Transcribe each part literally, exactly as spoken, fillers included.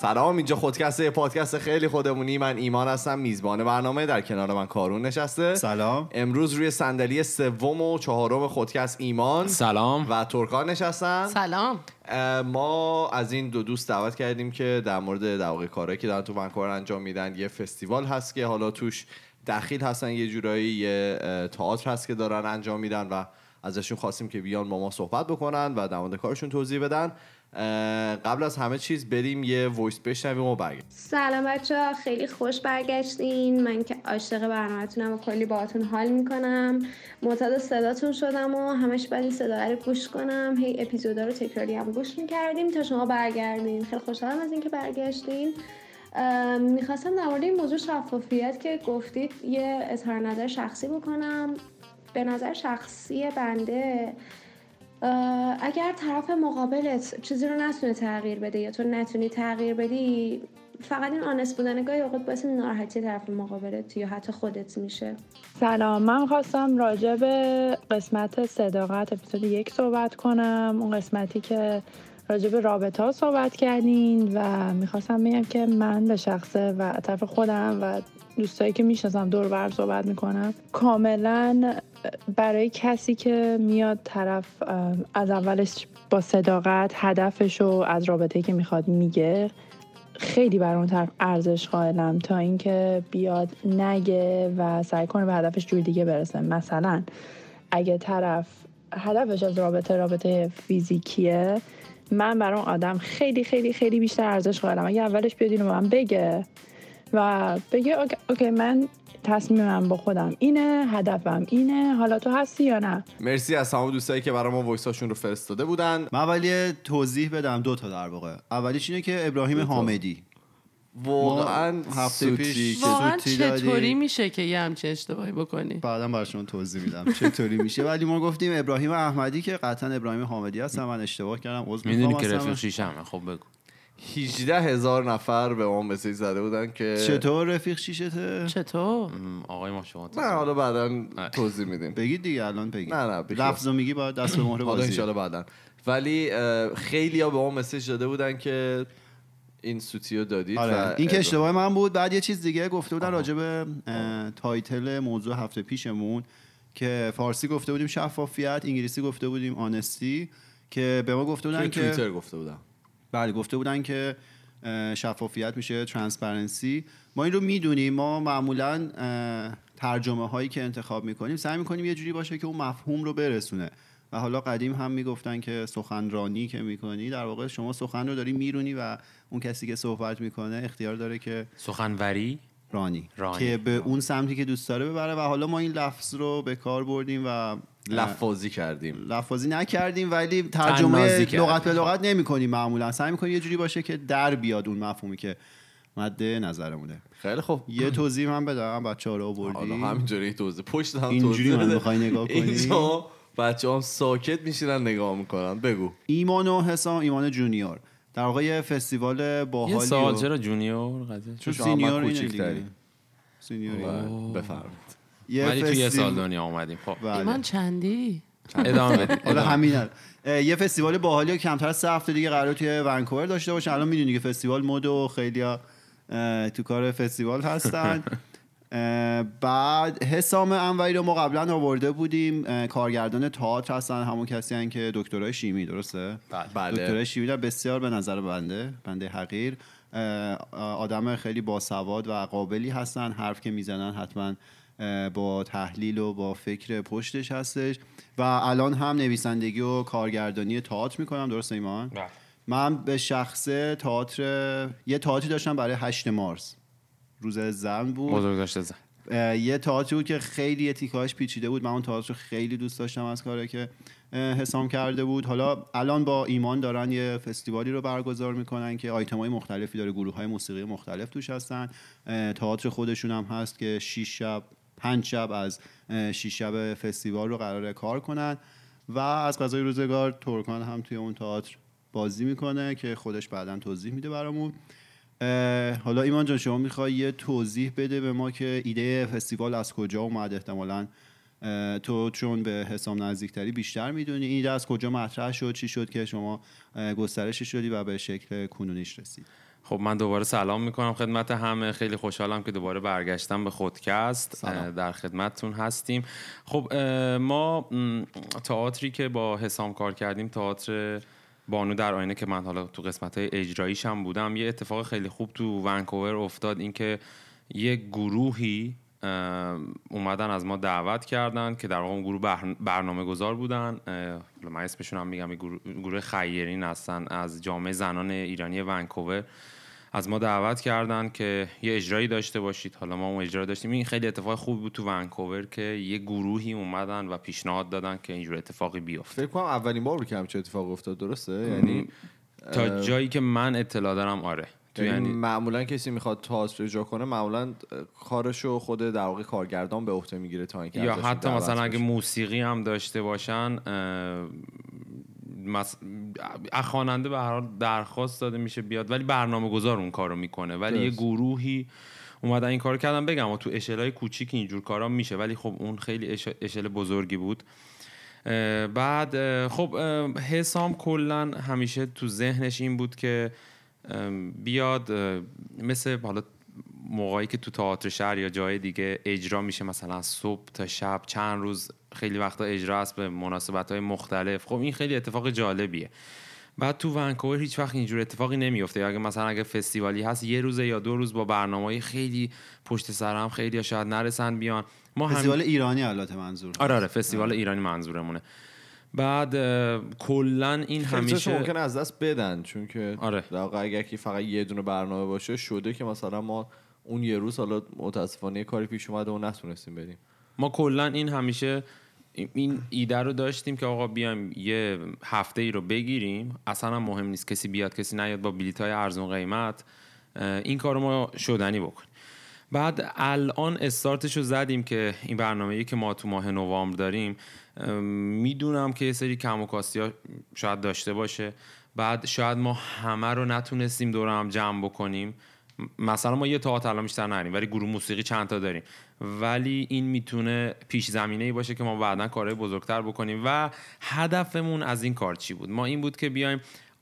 سلام، اینجا خودکسته، پادکست خیلی خودمونی. من ایمان هستم، میزبان برنامه. در کنار من کارون نشسته. سلام. امروز روی صندلی سوم و چهارم خودکست ایمان سلام و ترکان نشستن. سلام. ما از این دو دوست دعوت کردیم که در مورد در واقع کارهایی که دارن تو ونکوور انجام میدن. یه فستیوال هست که حالا توش دخیل هستن، یه جورایی یه تئاتر هست که دارن انجام میدن و ازشون خواستیم که بیان با ما صحبت بکنن و در مورد کارشون توضیح بدن. قبل از همه چیز بریم یه وایس بشنویم و برگردیم. سلام بچه‌ها، خیلی خوش برگشتین. من که عاشق برنامه‌تونم و کلی باهاتون حال میکنم. معتاد صداتون شدم و همش بعد این صدا رو گوش کنم. هی اپیزودا رو تکراری هم گوش میکردیم تا شما برگردین. خیلی خوشحالم از اینکه برگشتین. میخواستم در مورد این موضوع شفافیت که گفتید یه اظهار نظر شخصی بکنم. به نظر شخصی بنده اگر طرف مقابلت چیزی رو نتونه تغییر بده یا تو نتونی تغییر بدی، فقط این آنست بودن گاهی اوقات باعث ناراحتی طرف مقابلت یا حتی خودت میشه. سلام، من خواستم راجع به قسمت صداقت اپیزود یک صحبت کنم. اون قسمتی که راجع به رابطه ها صحبت کردین و میخواستم بگم که من به شخصه و طرف خودم و دوستایی که میشناسم دور بر صحبت میکنم، کاملا برای کسی که میاد طرف از اولش با صداقت هدفشو از رابطه‌ای که میخواد میگه، خیلی بر اون طرف ارزش قائلم تا اینکه بیاد نگه و سعی کنه به هدفش جور دیگه برسه. مثلا اگه طرف هدفش از رابطه رابطه فیزیکیه، من برای اون آدم خیلی خیلی خیلی بیشتر ارزش قائلم اگه اولش بیاد اینو به من بگه و بگه اوکی, اوکی من تصمیمم با خودم اینه، هدفم اینه، حالا تو هستی یا نه. مرسی از تمام دوستایی که برای ما وایساشون رو فرستاده بودن. من اولی توضیح بدم، دو تا در واقع. اولیش اینه که ابراهیم حامدی واقعا هفته پیش واقعا چطوری میشه که یه همچین اشتباهی بکنی؟ بعدم براشون توضیح میدم چطوری میشه. ولی ما گفتیم ابراهیم احمدی که قطعا ابراهیم حامدی هست. من اشتباه کردم، عذر میخوام. میدونی که رفیق شیشمه. خب بگو. هجده هزار نفر به ما مسیج زده بودن که چطور رفیق شیشته؟ چطور؟ آقای ما شما نه حالا بعداً توضیح میدیم. بگید دیگه، الان بگید. نه نه لفظو میگی باید دست به مهر بازی. ان شاء الله بعداً. ولی خیلی‌ها به ما مسیج داده بودن که این سوتیو دادید. آره. این که اشتباه من بود. بعد یه چیز دیگه گفته بودن راجع به تایتل موضوع هفته پیشمون که فارسی گفته بودیم شفافیت، انگلیسی گفته بودیم آنستی، که به ما گفته بودن که توییتر گفته بودن. بله گفته بودن که شفافیت میشه ترانسپرنسی. ما این رو میدونیم. ما معمولا ترجمه هایی که انتخاب میکنیم سعی میکنیم یه جوری باشه که اون مفهوم رو برسونه. و حالا قدیم هم میگفتن که سخنرانی که میکنی، در واقع شما سخن رو داری میرونی و اون کسی که صحبت میکنه اختیار داره که سخنوری رانی, رانی. که به اون سمتی که دوست داره ببره. و حالا ما این لفظ رو به کار بردیم و لفظی کردیم. لفظی نکردیم ولی ترجمه لغت به لغت نمی‌کنیم. معمولا سعی می‌کنیم یه جوری باشه که در بیاد اون مفهومی که مد نظرمونه. خیلی خوب. یه توضیح من بدم، بچه‌ها رو آوردی. حالا همینجوری توضیح پشت هم توضیح اینجوری من می‌خوای نگاه کنی. اینجا بچه‌ها ساکت میشینن نگاه میکنن. بگو. ایمان و حسام، ایمان جونیور در واقع یه فستیوال باحالی. یه سوال، چرا جونیور قضیه؟ چون سینیور کوچیک‌تری. سینیور بفرمایید. ولی تو یه سال دنیا اومدیم. خب ایمان چندی؟ ادامه بدید. حالا همینه. یه فستیوال باحالی که کمتر از سه هفته دیگه قراره توی ونکوور داشته باشه. الان میدونی که فستیوال مد و خیلیا تو کار فستیوال هستن. بعد حسام انوری رو ما قبلا آورده بودیم، کارگردان تئاتر هستن، همون کسی هستن که دکترای شیمی، درسته؟ بله. دکترای شیمی در بسیار به نظر بنده بنده حقیر آدم خیلی باسواد و قابلی هستن. حرف که میزنن حتما با تحلیل و با فکر پشتش هستش. و الان هم نویسندگی و کارگردانی تئاتر میکنم، درسته ایمان؟ بله. من به شخصه تئاتر یه تئاتری داشتم برای هشت مارس، روز زن بود. بزرگ داشته زن. یه تئاتری بود که خیلی تیکه‌هاش پیچیده بود. من اون تئاتر رو خیلی دوست داشتم از کاری که حسام کرده بود. حالا الان با ایمان دارن یه فستیوالی رو برگزار میکنن که آیتم‌های مختلفی داره، گروه‌های موسیقی مختلف توش هستن. تئاتر خودشون هم هست که شش شب پنج شب از شش شب فستیوال رو قراره کار کنن. و از قضای روزگار ترکان هم توی اون تئاتر بازی میکنه که خودش بعداً توضیح میده برامون. حالا ایمان جان شما میخوای یه توضیح بده به ما که ایده فستیوال از کجا اومد؟ احتمالاً تو چون به حسام نزدیکتری بیشتر میدونی، این ایده از کجا مطرح شد، چی شد که شما گسترشش شدی و به شکل کنونیش رسید؟ خب من دوباره سلام میکنم خدمت همه. خیلی خوشحالم که دوباره برگشتم به خودکست. سلام. در خدمتتون هستیم. خب ما تئاتری که با حسام کار کردیم، تئاتر بانو در آینه که من حالا تو قسمت‌های اجراییش هم بودم، یه اتفاق خیلی خوب تو ونکوور افتاد. این که یه گروهی اومدن از ما دعوت کردن که در واقع اون گروه برنامه گذار بودن. من اسمشون هم میگم، گروه, گروه خیرین هستن از جامعه زنان ایرانی ونکوور. از ما دعوت کردن که یه اجرایی داشته باشید. حالا ما اون اجرا داشتیم. این خیلی اتفاق خوبی بود تو ونکوور که یه گروهی اومدن و پیشنهاد دادن که اینجور اتفاقی بیفته. فکر کنم اولین بار بود که همچین اتفاقی افتاد. درسته؟ یعنی تا جایی که من اطلاع دارم آره. تو یعنی معمولا کسی میخواد تئاتر اجرا کنه معمولا کارشو خود در واقع کارگردان به عهده میگیره تا اینکه یا حتی مثلا اگه موسیقی هم داشته باشن مس... خواننده به هر حال درخواست داده میشه بیاد، ولی برنامه گذار اون کارو میکنه. ولی یه گروهی اومدن این کارو کردن. بگم و تو اشلای کوچیک اینجور کارا میشه، ولی خب اون خیلی اش... اشل بزرگی بود. بعد خب حسام کلا همیشه تو ذهنش این بود که بیاد مثل حالا موقعی که تو تئاتر شهر یا جای دیگه اجرا میشه، مثلا صبح تا شب چند روز، خیلی وقتا اجرا است به مناسبت‌های مختلف. خب این خیلی اتفاق جالبیه. بعد تو ونکوور هیچ وقت اینجور اتفاقی نمیفته. اگه مثلا اگه فستیوالی هست یه روز یا دو روز با برنامه‌های خیلی پشت سر هم، خیلی یا شاید نرسن بیان. ما فستیوال هم... ایرانی البته منظور. آره آره فستیوال آره. ایرانی منظورمونه. بعد کلا این همیشه ممکنه از دست بدن، چون که آره. در واقع اگر که فقط یه دونه برنامه باشه شده که مثلا ما اون یه روز حالا متاسفانه کاری پیش اومده و نتونستیم بریم. ما کلا این همیشه این ایده رو داشتیم که آقا بیایم یه هفته ای رو بگیریم، اصلا مهم نیست کسی بیاد کسی نیاد، با بلیط‌های ارزون قیمت این کارو ما شدنی بکنیم. بعد الان استارتشو زدیم که این برنامه‌ای که ما تو ماه نوامبر داریم، میدونم که یه سری کم و کاستی‌ها شاید داشته باشه. بعد شاید ما همه رو نتونستیم دور هم جمع بکنیم. مثلا ما یه تئاتر الان بیشتر نداریم، ولی گروه موسیقی چند تا داریم. ولی این میتونه پیش زمینه‌ای باشه که ما بعداً کارهای بزرگتر بکنیم. و هدفمون از این کار چی بود؟ ما این بود که بیایم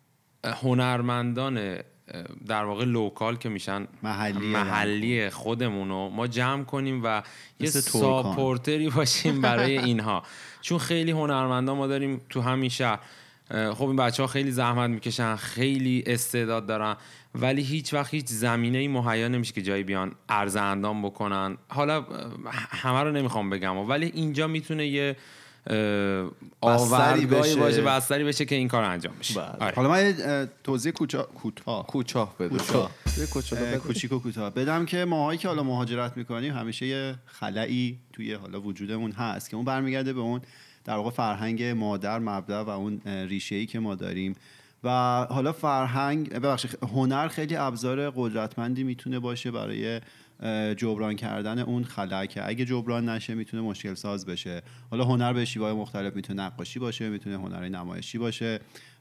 هنرمندان در واقع لوکال که میشن محلی, محلی خودمونو ما جمع کنیم و یه ساپورتری باشیم برای اینها. چون خیلی هنرمندان ما داریم تو همین شهر. خب این بچه ها خیلی زحمت میکشن، خیلی استعداد دارن، ولی هیچ وقت هیچ زمینه‌ای مهیا نمیشه که جایی بیان عرض اندام بکنن. حالا همه رو نمیخوام بگم، ولی اینجا میتونه یه آوردگاهی باشه، بستری بشه که این کار انجام بشه. آره. حالا من یه توضیح کوتاه کوتاه کوتاه بدم کوچیک و کوتاه بدم که ماهایی که حالا مهاجرت میکنیم همیشه یه خلایی توی حالا وجودمون هست که اون برمیگرده به اون در واقع فرهنگ مادر، مبدأ و اون ریشه‌ای که ما داریم. و حالا فرهنگ ببخشید هنر خیلی ابزار قدرتمندی میتونه باشه برای جبران کردن اون خلا که اگه جبران نشه میتونه مشکل ساز بشه. حالا هنر به شیوه‌های مختلف میتونه نقاشی باشه، میتونه هنر نمایشی باشه،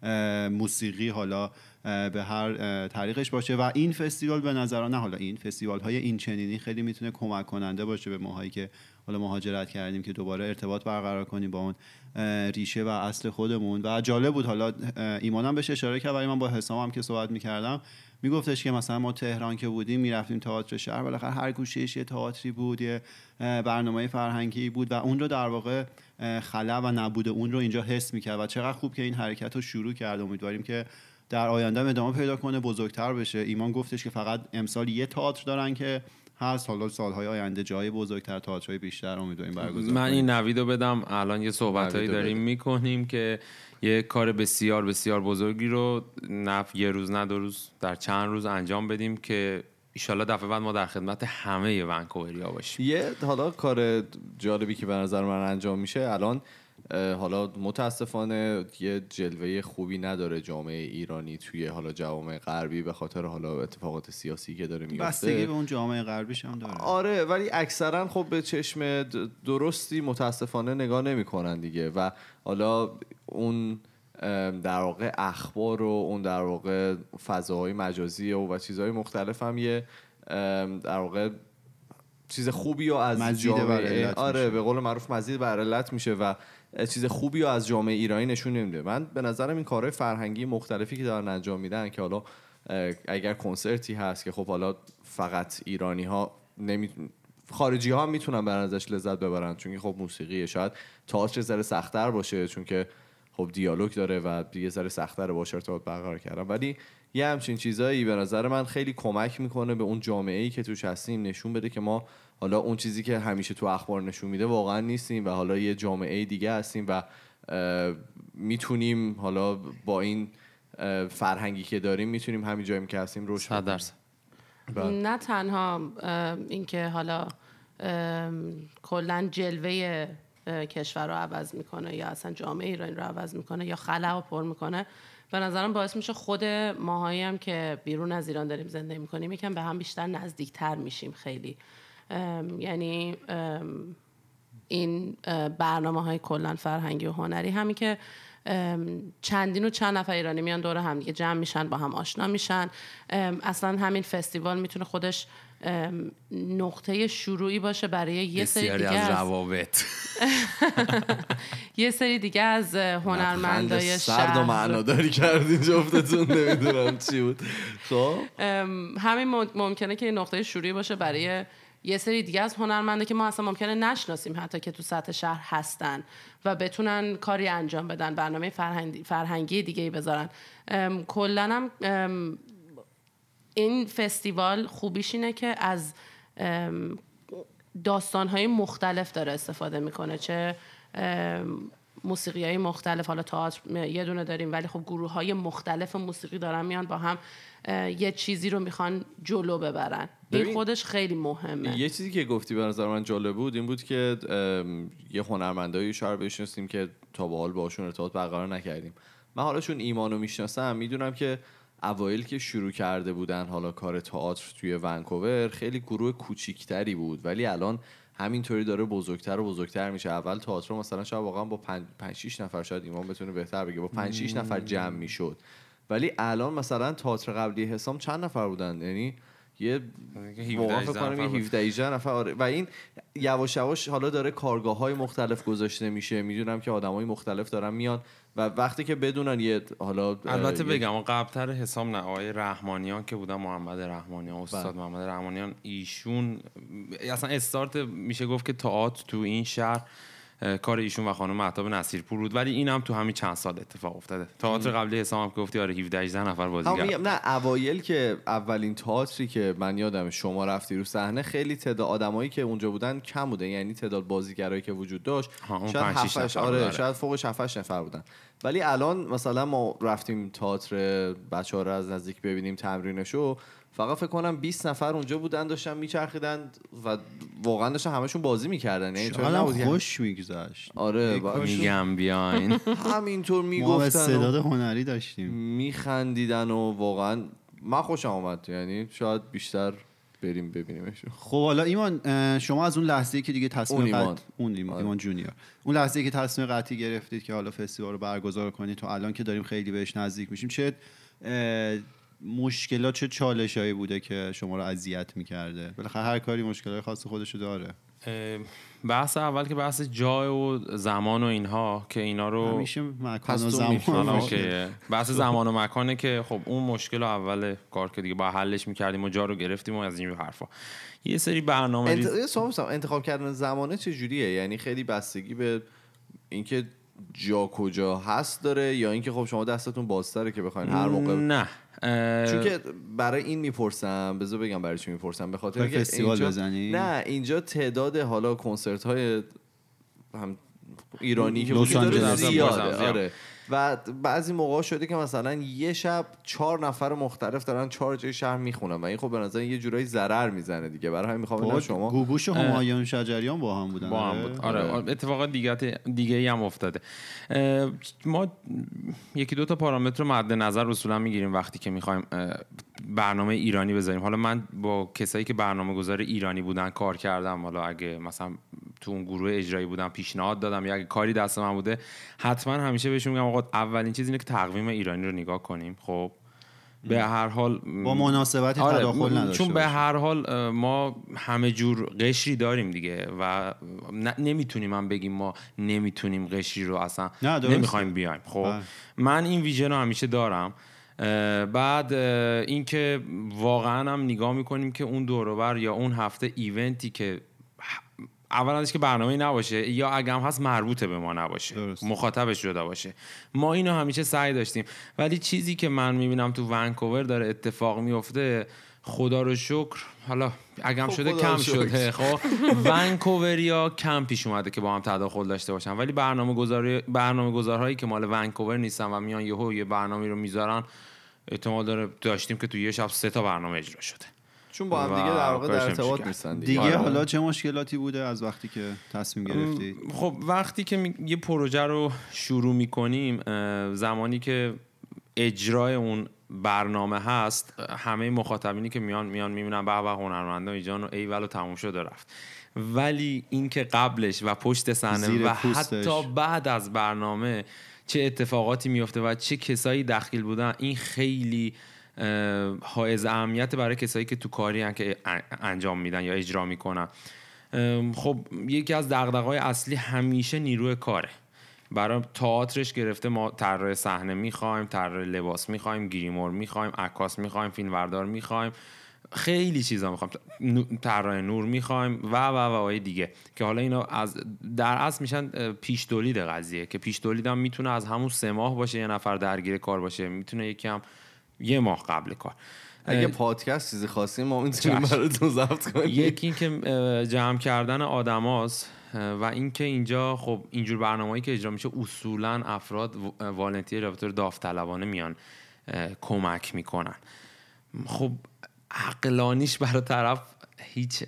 موسیقی، حالا به هر طریقش باشه. و این فستیوال به نظرانه حالا این فستیوال های این چنینی خیلی میتونه کمک کننده باشه به ماهایی که حالا مهاجرت کردیم که دوباره ارتباط برقرار کنیم با اون ریشه و اصل خودمون. و جالب بود، حالا ایمانم بهش اشاره کرد، ولی من با حسام هم که صحبت می‌کردم میگفتش که مثلا ما تهران که بودیم میرفتیم تئاتر شهر، بالاخره هر گوشه‌ایش یه تئاتری بود، یه برنامه فرهنگی بود و اون رو در واقع خلا و نبود اون رو اینجا حس می‌کرد. و چقدر خوب که این حرکت رو شروع کرد. امیدواریم که در آینده ادامه پیدا کنه، بزرگتر بشه. ایمان گفتش که فقط امسال یه تئاتر دارن که هست، حالا سالهای آینده جای بزرگتر، تئاترهای بیشتر امیدواریم برگزار من این نویدو بدم. الان یه صحبتایی داریم میکنیم که یه کار بسیار بسیار بزرگی رو نه یه روز نه دو روز، در چند روز انجام بدیم که ایشالله دفعه بعد ما در خدمت همه ونکووریا باشیم. یه حالا کار جالبی که به نظر من انجام میشه الان، حالا متاسفانه یه جلوه خوبی نداره جامعه ایرانی توی حالا جوامع غربی به خاطر حالا اتفاقات سیاسی که داره میفته. بستگی به اون جامعه غربیش هم داره. آره، ولی اکثرا خب به چشم درستی متاسفانه نگاه نمی‌کنن دیگه. و حالا اون در واقع اخبار و اون در واقع فضاهای مجازی و, و چیزهای مختلف هم یه در واقع چیز خوبی رو از جامعه، آره به قول معروف مزید بر علت میشه و چیز خوبی رو از جامعه ایرانی نشون نمیده. من به نظرم این کارهای فرهنگی مختلفی که دارن انجام میدن که حالا اگر کنسرتی هست که خب حالا فقط ایرانی ها نمی خارجی ها هم میتونن برن ازش لذت ببرن، چون که خب موسیقیه، شاید تئاتر ذره سخت‌تر باشه چون که خب دیالوگ داره و یه ذره سخت‌تره باشه ارتباط برقرار کردن، ولی یه همچین چیزایی به نظر من خیلی کمک میکنه به اون جامعه‌ای که توش هستیم، نشون بده که ما حالا اون چیزی که همیشه تو اخبار نشون میده واقعا نیستیم و حالا یه جامعه دیگه هستیم و میتونیم حالا با این فرهنگی که داریم میتونیم همین جایی که هستیم رشد کنیم. نه تنها اینکه حالا کلا جلوه کشور رو عوض میکنه یا اصلا جامعه ایرانی رو عوض میکنه یا خلا رو پر میکنه، به نظرم باعث میشه خود ماهایی هم که بیرون از ایران داریم زندگی میکنیم یکم به هم بیشتر نزدیکتر میشیم خیلی. یعنی این برنامه های کلا فرهنگی و هنری همین که چندین و چند نفر ایرانی میان دور هم دیگه جمع میشن، با هم آشنا میشن. اصلا همین فستیوال میتونه خودش نقطه شروعی باشه برای یه سری دیگه از روابط یه سری دیگه از هنرمندای شهر. سرد و معناداری کردین جفتتون، نمیدونم چی بود. خب همین ممکنه که نقطه شروعی باشه برای یه سری دیگه از هنرمنده که ما اصلا ممکنه نشناسیم حتی که تو سطح شهر هستن و بتونن کاری انجام بدن، برنامه فرهنگی, فرهنگی دیگه‌ای بذارن. کلاً هم این فستیوال خوبیش اینه که از داستان‌های مختلف داره استفاده میکنه، چه موسیقی‌های مختلف، حالا تئاتر یه دونه داریم ولی خب گروه‌های مختلف موسیقی دارن میان با هم یه چیزی رو میخوان جلو ببرن. این خودش خیلی مهمه. یه چیزی که گفتی به نظر من جالب بود این بود که یه هنرمندایی شهر بشناسیم که تا به حال باشون ارتباط برقرار نکردیم. من حالا چون ایمانو میشناسم میدونم که اوایل که شروع کرده بودن حالا کار تئاتر توی ونکوور خیلی گروه کوچیکتری بود، ولی الان همینطوری داره بزرگتر و بزرگتر میشه. اول تئاتر مثلا شاید واقعا با پنج شش نفر، شاید ایمان بتونه بهتر بگه، با پنج شش نفر جمع میشد، ولی الان مثلا تئاتر قبلی حسام چند نفر بودن؟ یعنی یه موافق کنم یه هفده هجده نفر آره. و این یواش یواش حالا داره کارگاه‌های مختلف گذاشته میشه. میدونم که آدمای مختلف دارن میان و وقتی که بدونن یه حالا البته بگم قبل‌تر حسام نه آقای رحمانیان که بودن، محمد رحمانیان، استاد محمد رحمانیان، ایشون اصلا استارت میشه گفت که تئاتر تو این شهر کار ایشون و خانم مهتاب نصیرپور بود، ولی این هم تو همین چند سال اتفاق افتاده. تئاتر قبلی حسام هم که گفتی آره هفده هجده نفر بازیگر. نه اوایل که اولین تئاتری که من یادم شما رفتی رو صحنه خیلی تعداد آدمایی که اونجا بودن کم بوده، یعنی تعداد بازیگرایی که وجود داشت شاید هفت آره شاید فوق هفت هشت نفر بودن. ولی الان مثلا ما رفتیم تئاتر بچه‌ها رو از نزدیک ببینیم تمرینشو، فقط فکر کنم بیست نفر اونجا بودن داشتن میچرخیدن و واقعا داشتن همشون بازی میکردن. یعنی تو نبود خوش میگذشت. آره میگم بیاین همینطور میگفتن، ما استعداد هنری داشتیم، میخندیدن و واقعا من خوشم اومد. یعنی شاید بیشتر بریم ببینیمش. خب حالا ایمان شما از اون لحظه‌ای که دیگه تصمیم اون ایمان, قط... اون ایمان, ایمان جونیور اون لحظه‌ای که تصمیم قطعی گرفتید که حالا فستیوال رو برگزار کنید تا الان که داریم خیلی بهش نزدیک میشیم، چه مشکلات چه چالشایی بوده که شما رو اذیت می‌کرده؟ بالاخره هر کاری مشکلات خاص خودشو داره. بحث اول که بحث جای و زمان و اینها که اینا رو همیشه مکان و زمان که بحث زمان و مکانه که خب اون مشکل اول کار که دیگه با حلش می‌کردیم و جا رو گرفتیم و از این حرفا. یه سری برنامه انت... ریز... انتخاب کردن زمانه چه جوریه؟ یعنی خیلی بستگی به اینکه جا کجا هست داره یا اینکه خب شما دستتون بازتره که بخواید هر موقع؟ نه چون که برای این میپرسم، بذار بگم برای چی میپرسم، به خاطر اینکه فستیوال اینجا... بزنی؟ نه اینجا تعداد حالا کنسرت های هم ایرانی که وجود داره زیاده. آره و بعضی موقع شده که مثلا یه شب چهار نفر مختلف دارن چهار جای شهر میخونن و این خب به نظر یه جورایی ضرر میزنه دیگه. برای همین میخوام ببینم شما گوگوش و همایون شجریان با هم بودن. با هم بود. آره, آره. اتفاقات دیگه دیگه ای هم افتاده. ما یکی دو تا پارامتر رو مد نظر اصولا میگیریم وقتی که میخوایم برنامه ایرانی بذاریم. حالا من با کسایی که برنامه‌گذار ایرانی بودن کار کردم، حالا اگه مثلا تو اون گروه اجرایی بودم پیشنهاد دادم یا اگه کاری دست من بوده حتما همیشه بهشون میگم آقا اولین چیز اینه که تقویم ایرانی رو نگاه کنیم. خب به هر حال با مناسبتی آره تداخل نداشته، چون به هر حال ما همه جور قشری داریم دیگه و نمیتونیم هم بگیم ما نمیتونیم قشری رو اصلا نمیخوایم بیایم. خب من این ویژن رو همیشه دارم بعد اینکه واقعا هم نگاه میکنیم که اون دور و بر یا اون هفته ایونتی که اولا ازش که برنامه‌ای نباشه یا اگه هم هست مربوطه به ما نباشه، درست. مخاطبش جدا باشه. ما اینو همیشه سعی داشتیم، ولی چیزی که من میبینم تو ونکوور داره اتفاق میفته، خدا رو شکر، حالا اگه هم شده کم شده، خب ونکووریا کم پیش اومده که با هم تداخل داشته باشن، ولی برنامه‌گذاری برنامه‌گذارهایی که مال ونکوور نیستن و میان یهو یه برنامه‌ای رو میذارن، احتمال داره داشتیم که تو یه شب سه تا برنامه اجرا شده، چون با هم دیگه در واقع در ارتباط نیستن دیگه. دیگه حالا چه مشکلاتی بوده از وقتی که تصمیم گرفتید؟ خب وقتی که می... یه پروژه رو شروع میکنیم، زمانی که اجرای اون برنامه هست، همه مخاطبینی که میان میان میبینن به به هنرمندا ایجان و ایول و تموم شده رفت، ولی این که قبلش و پشت صحنه و حتی بعد از برنامه چه اتفاقاتی میفته و چه کسایی دخیل بودن، این خیلی حائز اهمیت برای کسایی که تو کاری هن که انجام میدن یا اجرا میکنن. خب یکی از دغدغه‌های اصلی همیشه نیروی کاره. برای تئاترش گرفته ما طراح صحنه میخوایم، طراح لباس میخوایم، گریمور میخوایم، عکاس میخوایم، فیلمبردار میخوایم، خیلی چیزا میخوایم، طراح نور میخوایم و و و و دیگه که حالا اینا از در اصل میشن پیش تولید قضیه، که پیش تولید هم میتونه از همون سه ماه باشه یه نفر درگیر کار باشه، میتونه یکی هم یه ماه قبل کار. اگه پادکست چیزی خواستیم ما میتونیم براتون ضبط کنیم. یکی این که جمع کردن آدماست و اینکه اینجا خب اینجور برنامه‌ای که اجرا میشه اصولا افراد والنتیر یا بطور داوطلبانه میان کمک میکنن. خب عقلانیش برای طرف هیچ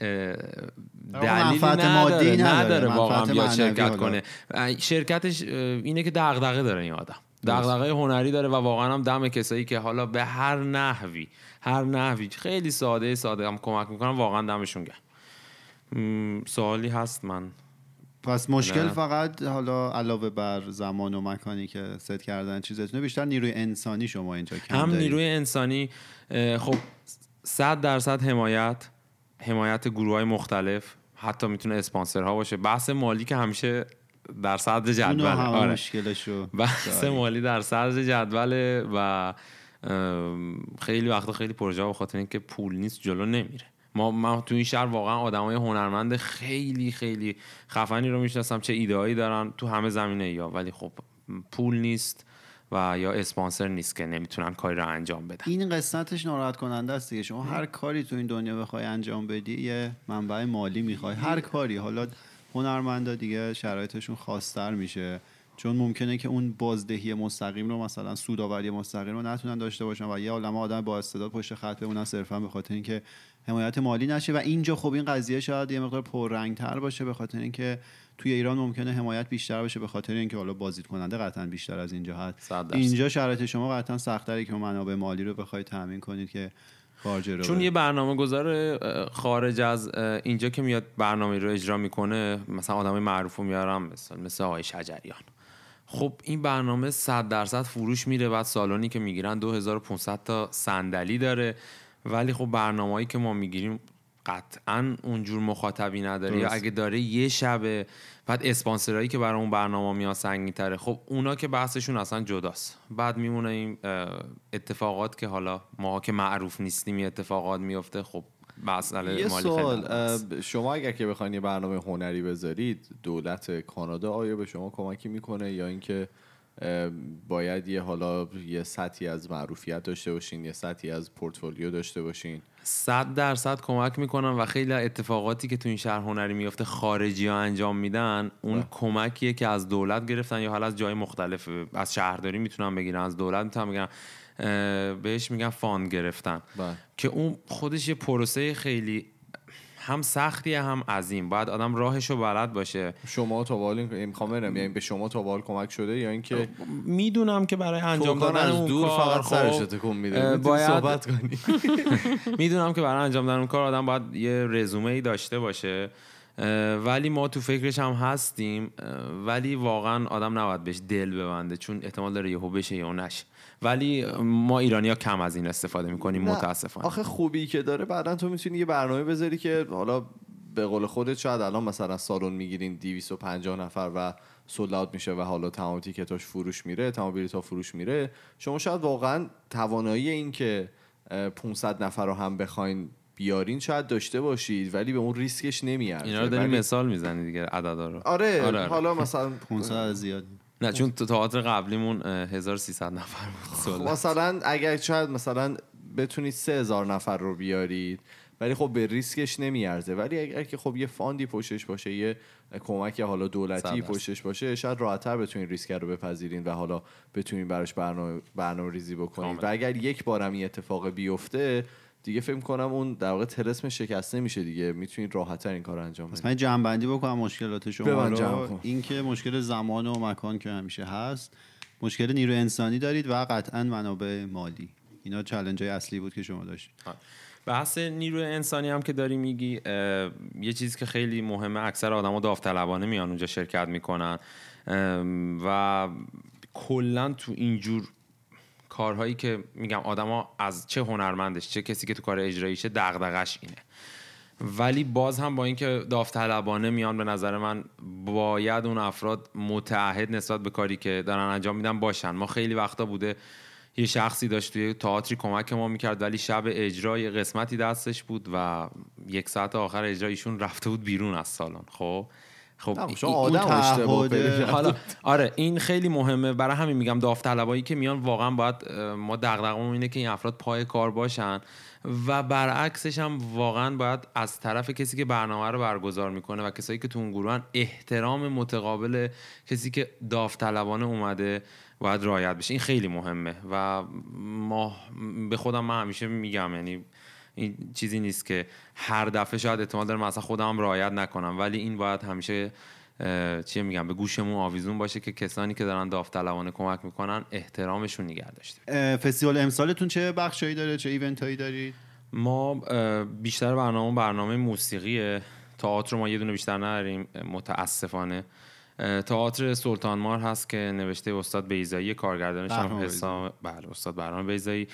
دلیلی نداره نداره واقعا بیاد شرکت کنه. شرکتش اینه که دغدغه داره این آدم، دغدغه هنری داره و واقعا هم دم کسایی که حالا به هر نحوی هر نحوی خیلی ساده ساده هم کمک میکنن، واقعا دمشون گرم. سوالی هست؟ من پس مشکل نه. فقط حالا علاوه بر زمان و مکانی که ست کردن چیزتونه، بیشتر نیروی انسانی شما اینجا کم هم دارید. نیروی انسانی خب صد درصد حمایت حمایت گروه‌های مختلف، حتی میتونه اسپانسرها باشه. بحث مالی که همیشه در صدر جدول، آره مشکلشو بحث مالی در صدر جدوله و خیلی وقتا خیلی پروژه به خاطر اینکه پول نیست جلو نمیره. ما ما تو این شهر واقعا آدمای هنرمند خیلی خیلی خفنی رو میشناسم، چه ایده‌ای دارن تو همه زمینه یا، ولی خب پول نیست و یا اسپانسر نیست که نمیتونن کاری رو انجام بدن. این قسمتش ناراحت کننده است دیگه. شما هر کاری تو این دنیا بخوای انجام بدی یه منبع مالی میخوای، هر کاری. حالا هنرمندا دیگه شرایطشون خاص‌تر میشه، چون ممکنه که اون بازدهی مستقیم رو مثلا سودآوری مستقیم رو نتونن داشته باشن و یه عالمه آدم با استعداد پشت خط بمونن صرفا به خاطر اینکه حمایت مالی نشه. و اینجا خب این قضیه شاید یه مقدار پررنگ‌تر باشه به خاطر اینکه توی ایران ممکنه حمایت بیشتر باشه به خاطر اینکه حالا بازدید کننده قطعا بیشتر از اینجا هست. اینجا شرایط شما قطعا سخت‌تره که منابع مالی رو بخواید تامین کنید که کارجرو، چون یه برنامه‌گذار خارج از اینجا که میاد برنامه رو اجرا میکنه، مثلا آدمای معروفو میارم مثلا مثل آقای شجریان، خب این برنامه صد درصد فروش میره، بعد سالونی که میگیرن دو هزار و پانصد تا صندلی داره، ولی خب برنامه‌ای که ما میگیریم قطعاً اونجور مخاطبی نداره، یا اگه داره یه شبه. بعد اسپانسرایی که برای اون برنامه میاد سنگین‌تره، خب اونا که بحثشون اصلا جداست. بعد میمونه این اتفاقات که حالا ما که معروف نیستیم این اتفاقات میفته. خب مسئله یه مالی سوال، شما اگر که بخواید یه برنامه هنری بذارید، دولت کانادا آیا به شما کمکی میکنه یا اینکه باید یه حالا یه سطحی از معروفیت داشته باشین، یه سطحی از پورتفولیو داشته باشین؟ صد درصد کمک میکنن و خیلی اتفاقاتی که تو این شهر هنری میفته خارجی ها انجام میدن، اون با. کمکیه که از دولت گرفتن یا حالا از جای مختلف، از شهرداری میتونن بگیرن، از دولت میتونن بگیرن، بهش میگن فاند گرفتن با. که اون خودش یه پروسه خیلی هم سختیه هم عظیم، باید آدم راهشو بلد باشه. شما تا وال میخوام برم، یعنی به شما تا وال کمک شده یا اینکه میدونم که برای انجام دادن از اون دور کار فقط سرش تکون میده، باید صحبت کنی. میدونم که برای انجام دادن اون کار آدم باید یه رزومه‌ای داشته باشه، ولی ما تو فکرش هم هستیم، ولی واقعا آدم نباید بهش دل ببنده، چون احتمال داره یهو بشه یا نشه. ولی ما ایرانی‌ها کم از این استفاده می‌کنیم متاسفانه. آخه خوبی که داره بعدن تو میتونی یه برنامه بذاری که حالا به قول خودت شاید الان مثلا سالن میگیرین دویست و پنجاه نفر و سولد اوت میشه و حالا تمام تیکتاش فروش میره، تمام بلیط‌ها فروش میره، شما شاید واقعا توانایی این که پانصد نفر رو هم بخواین بیارین شاید داشته باشید ولی به اون ریسکش نمیارزه. اینا رو داریم ولی... مثال میزنی دیگه عددا رو. آره, آره, آره. حالا مثلا پانصد زیاد نه چون تو تئاتر قبلیمون هزار و سیصد نفر بود. مثلا اگر شاید مثلا بتونید سه هزار نفر رو بیارید ولی خب به ریسکش نمیارزه. ولی اگر که خب یه فاندی پشتش باشه، یه کمک حالا دولتی پشتش باشه، شاید راحت‌تر بتونین ریسک رو بپذیرین و حالا بتونین براش برنامه برنامه‌ریزی بکنید. و اگر یک بارم این اتفاق بیفته دیگه فکر کنم اون در واقع طلسم شکسته میشه دیگه، میتونید راحت‌تر این کارو انجام بدید. من جمع‌بندی بکنم مشکلات شما رو. این که مشکل زمان و مکان که همیشه هست، مشکل نیرو انسانی دارید و قطعاً منابع مالی. اینا چالنج‌های اصلی بود که شما داشتید. بحث نیروی انسانی هم که داری میگی، یه چیزی که خیلی مهمه، اکثر آدما داوطلبانه میان اونجا شرکت میکنن و کلا تو اینجور کارهایی که میگم آدما از چه هنرمندش چه کسی که تو کار اجراییشه دغدغش اینه، ولی باز هم با اینکه داوطلبانه میان به نظر من باید اون افراد متعهد نسبت به کاری که دارن انجام میدن باشن. ما خیلی وقتا بوده یه شخصی داشت توی تئاتری کمک ما میکرد ولی شب اجرای قسمتی دستش بود و یک ساعت آخر اجرا ایشون رفته بود بیرون از سالن. خب خب شما آدم اشتباه حالا آره این خیلی مهمه. برای همین میگم داوطلبایی که میان واقعا باید ما دغدغه‌مون اینه که این افراد پای کار باشن و برعکسش هم واقعا باید از طرف کسی که برنامه رو برگزار میکنه و کسایی که تو اون گروهن احترام متقابل کسی که داوطلبانه اومده باید رعایت بشه. این خیلی مهمه و ما به خودم من همیشه میگم، یعنی این چیزی نیست که هر دفعه شاید احتمال داره مثلا خودم هم رعایت نکنم، ولی این باید همیشه چی میگم به گوشمون آویزون باشه که کسانی که دارن داوطلبانه کمک میکنن احترامشون نگه داشته. فستیوال امسالتون چه بخشایی داره، چه ایونت هایی دارید؟ ما بیشتر برنامه برنامه موسیقیه. تئاتر ما یه دونه بیشتر نداریم متاسفانه. تئاتر سلطان مار هست که نوشته استاد بیضایی، کارگردانش هم حسام بله استاد بهرام بیضایی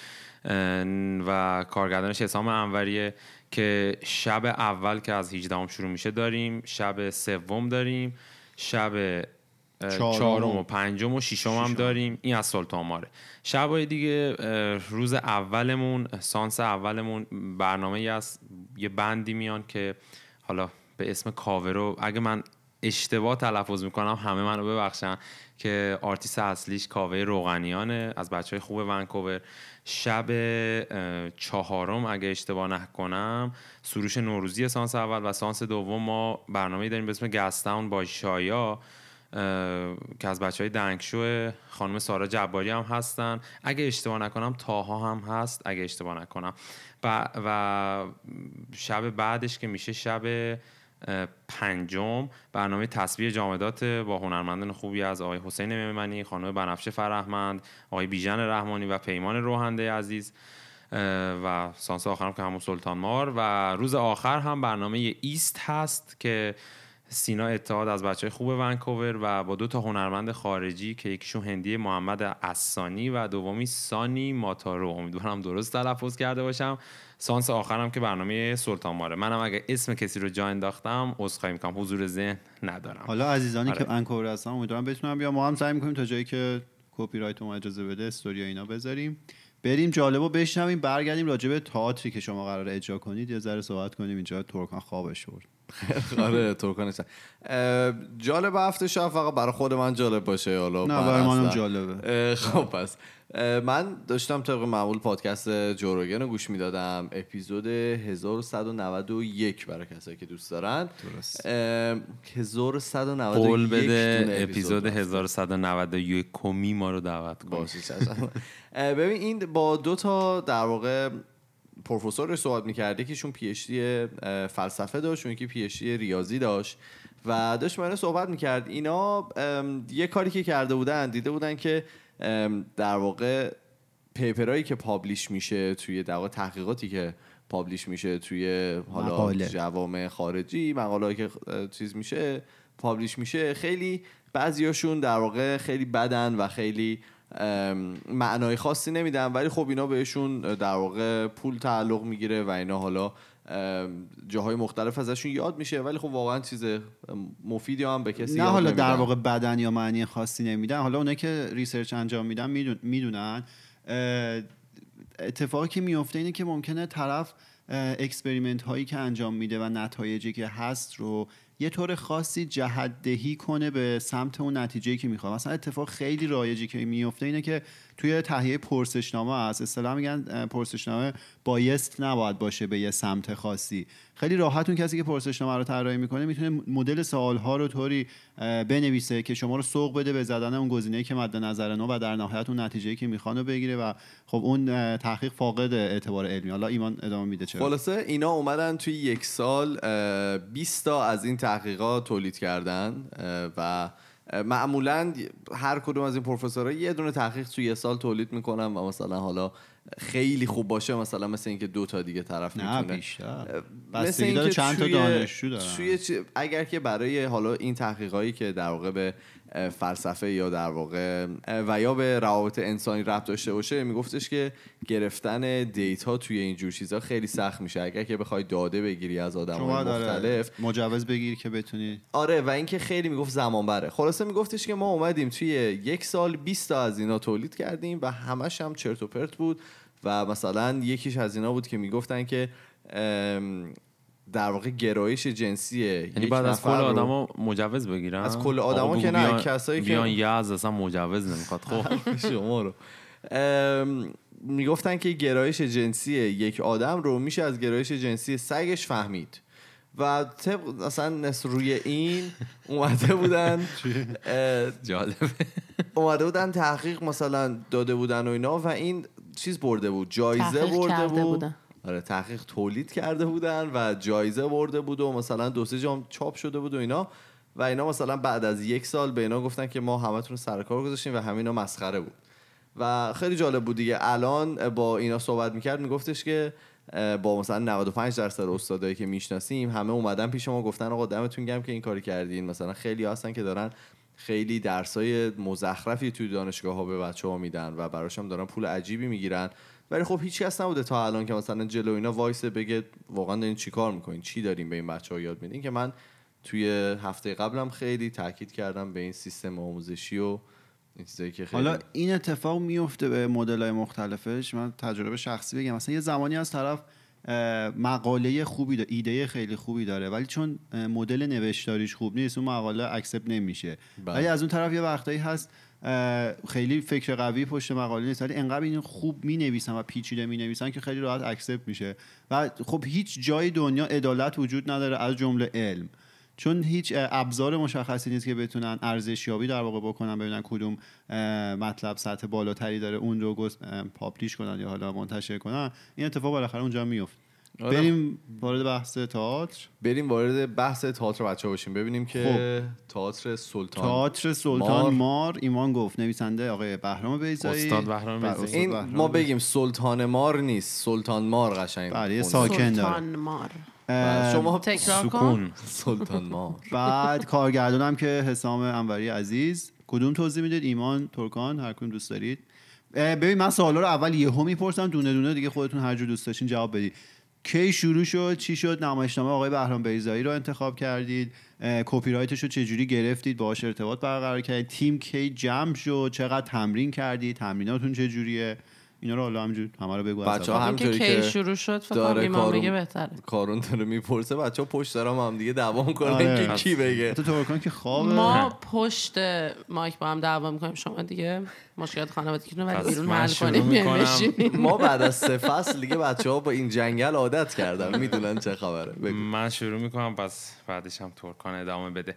و کارگردانش حسام انوریه که شب اول که از هجدهم شروع میشه داریم، شب سوم داریم، شب چهارم و پنجم و ششم هم داریم. این از سلطان ماره. شبای دیگه روز اولمون سانس اولمون برنامه ای است، یه بندی میان که حالا به اسم کاورو، اگه من اشتباه تلفظ میکنم همه منو ببخشن، که آرتیست اصلیش کاوه روغنیانه از بچهای خوب ونکوور. شب چهارم اگه اشتباه نکنم سروش نوروزی سانس اول و سانس دوم ما برنامه‌ای داریم به اسم گستاون با شایا که از بچهای دنگشو خانم سارا جباری هم هستن. اگه اشتباه نکنم تاها هم هست اگه اشتباه نکنم. و, و شب بعدش که میشه شب پنجم برنامه تصویر جامدات با هنرمندان خوبی از آقای حسین میمنی، خانم بنفشه فرهمند، آقای بیژن رحمانی و پیمان روحنده عزیز و سانس آخرم که همون سلطان مار. و روز آخر هم برنامه ایست هست که سینا اتحاد از بچهای خوب ونکوور و با دو تا هنرمند خارجی که یکیشون هندی محمد اسانی و دومی سانی ماتارو، امیدوارم درست تلفظ کرده باشم. سانس آخرم که برنامه سلطان ماره. منم اگه اسم کسی رو جا انداختم عذرخواهی میکنم، حضور ذهن ندارم. حالا عزیزانی آره. که ونکوور هستن امیدوارم بتونم بیام. ما هم سعی میکنیم تا جایی که کپی رایت ما اجازه بده استوری اینا بذاریم. بریم جالبو بشنویم، برگردیم راجع به تئاتری که شما قراره اجرا کنید یه ذره صحبت کنیم. اینجا ترکان خوابش برد. آره ترکانش جالب هفته شب فقط برای خود من جالب باشه، حالا نه برای منم جالبه. خب پس من داشتم طبق معمول پادکست جو روگن رو گوش میدادم، اپیزود هزار و صد و نود و یک برای کسایی که دوست دارن. درست. هزار و صد و نود و یک قول بده اپیزود هزار و صد و نود و یک کمی ما رو دعوت کن. ببین این با دو تا در واقع پروفسور صحبت می‌کرد، یکیشون پی اچ دی فلسفه داشت، اون یکی پی اچ دی ریاضی داشت و داشت من صحبت می‌کرد. اینا یه کاری که کرده بودن، دیده بودن که در واقع پیپرایی که پابلیش میشه توی در واقع تحقیقاتی که پابلیش میشه توی حالا جوامع خارجی، مقاله‌ای که چیز میشه پابلیش میشه، خیلی بعضیاشون در واقع خیلی بدن و خیلی معنای خاصی نمیدن، ولی خب اینا بهشون در واقع پول تعلق میگیره و اینا حالا جاهای مختلف ازشون یاد میشه، ولی خب واقعا چیز مفیدی هم به کسی نه یاد حالا نمیدن. در واقع بدن یا معنی خاصی نمیدن. حالا اونایی که ریسرچ انجام میدن میدونن اتفاقی که میفته اینه که ممکنه طرف اکسپریمنت هایی که انجام میده و نتایجی که هست رو یه طور خاصی جهت دهی کنه به سمت اون نتیجه‌ای که میخواد. مثلا اتفاق خیلی رایجی که میفته اینه که توی تهیه پرسشنامه هست، اصطلاحاً میگن پرسشنامه بایست نباید باشه به یه سمت خاصی. خیلی راحت اون کسی که پرسشنامه رو طراحی میکنه میتونه مدل سوال‌ها رو طوری بنویسه که شما رو سوق بده به زدن اون گزینه‌ای که مد نظرنه و در نهایت اون نتیجه‌ای که میخوان رو بگیره و خب اون تحقیق فاقد اعتبار علمی. حالا ایمان ادامه میده. چرا خلاصه اینا اومدن توی یک سال بیست تا از این تحقیقات تولید کردن و معمولا هر کدوم از این پروفسورها یه دونه تحقیق توی یه سال تولید میکنن و مثلا حالا خیلی خوب باشه مثلا مثل اینکه دو تا دیگه طرف میتونه، نه بیشتر، مثل اینکه چند تا دانشجو دارن توی چ... اگر که برای حالا این تحقیقایی که در واقع به فلسفه یا در واقع و یا به روابط انسانی ربط داشته باشه، میگفتش که گرفتن دیتا توی این جور چیزا خیلی سخت میشه. اگر که بخوای داده بگیری از آدم‌های مختلف، مجوز بگیری که بتونی، آره، و اینکه خیلی میگفت زمان بره. خلاصه میگفتش که ما اومدیم توی یک سال بیست تا از اینا تولید کردیم و همش هم چرت و پرت بود و مثلا یکیش از اینا بود که میگفتن که در واقع گرایش جنسی یعنی بعد از کل آدما مجوز بگیرن، از کل آدما که نه، کسایی که بیان یز اصلا مجوز نمیخواد. خب شما رو میگفتن که گرایش جنسی یک آدم رو میشه از گرایش جنسی سگش فهمید و طبق اصلا نصر روی این اومده بودن جالبه اومده بودن تحقیق مثلا داده بودن و اینا و این چیز برده بود، جایزه برده بود بودن. آره تحقیق تولید کرده بودن و جایزه برده بود و مثلا دو سه جام چاپ شده بود و اینا و اینا مثلا بعد از یک سال به اینا گفتن که ما همتون رو سر کار گذاشتیم و همینا مسخره بود و خیلی جالب بود دیگه. الان با اینا صحبت میکرد میگفتش که با مثلا نود و پنج درصد استادایی که میشناسیم همه اومدن پیش ما گفتن آقا دمتون گرم که این کاری کردین. مثلا خیلی هستن که دارن خیلی درسای مزخرفی توی دانشگاه‌ها به بچه‌ها میدن و براشون دارن پول عجیبی میگیرن، ولی خب هیچ کس نبوده تا الان که مثلا جلو اینا وایسه بگه واقعا دارین چیکار میکنین، چی دارین به این بچه‌ها یاد میدین. که من توی هفته قبلم خیلی تاکید کردم به این سیستم آموزشی و این چیزایی که خیلی حالا این اتفاق میفته به مدل‌های مختلفش. من تجربه شخصی بگم، مثلا یه زمانی از طرف مقاله خوبی داره، ایده خیلی خوبی داره، ولی چون مدل نوشتاریش خوب نیست اون مقاله اکسپت نمیشه. ولی از اون طرف یه وقتایی هست خیلی فکر قوی پشت مقاله نیست ولی انقدر این خوب مینویسن و پیچیده مینویسن که خیلی راحت اکسپت میشه و خب هیچ جای دنیا عدالت وجود نداره از جمله علم، چون هیچ ابزار مشخصی نیست که بتونن ارزشیابی در واقع بکنن ببینن کدوم مطلب سطح بالاتری داره اون رو پابلیش کنن یا حالا منتشر کنن. این اتفاق بالاخره اونجا میفته. آره. بریم وارد بحث تئاتر بریم وارد بحث تئاتر بچه‌ها باشیم ببینیم که خب. تئاتر سلطان تئاتر سلطان مار. مار ایمان گفت، نویسنده آقای بهرام بیضایی، استاد بهرام بیضایی. این بهرام ما بگیم سلطان مار نیست، سلطان مار قشنگ بله ساکن داره. سلطان مار شما سکون سلطان مار. بعد کارگردانم که حسام انوری عزیز. کدوم توضیح میدید؟ ایمان، ترکان، هر کدوم دوست دارید. ببین من سوالا رو اول یهو میپرسم دونه دونه، دیگه خودتون هر جور دوست داشتین جواب بدید. کی شروع شد؟ چی شد نمایشنامه آقای بهرام بیضایی رو انتخاب کردید؟ کپی رایتش رو چه جوری گرفتید؟ باهاش ارتباط برقرار کردید؟ تیم کی جمع شد؟ چقدر تمرین کردید؟ تمریناتون چه جوریه؟ اینا رو حالا همینجوری همه رو بگو. بچه‌ها همینجوری که شروع شد فقط ایمان بگه بهتره. کارون داره میپرسه، بچه‌ها پشت سرام هم دیگه دعوا می‌کنن که کی بگه. تو ترکان که خوابه. ما پشت مایک با هم دعوا می‌کنیم، شما دیگه مشکلات خانوادگیتون رو ولی بیرون حل کنیم. ما بعد از سه فصل دیگه بچه‌ها با این جنگل عادت کردن، میدونن چه خبره. بگو. من شروع می‌کنم پس بعدش هم ترکان ادامه بده.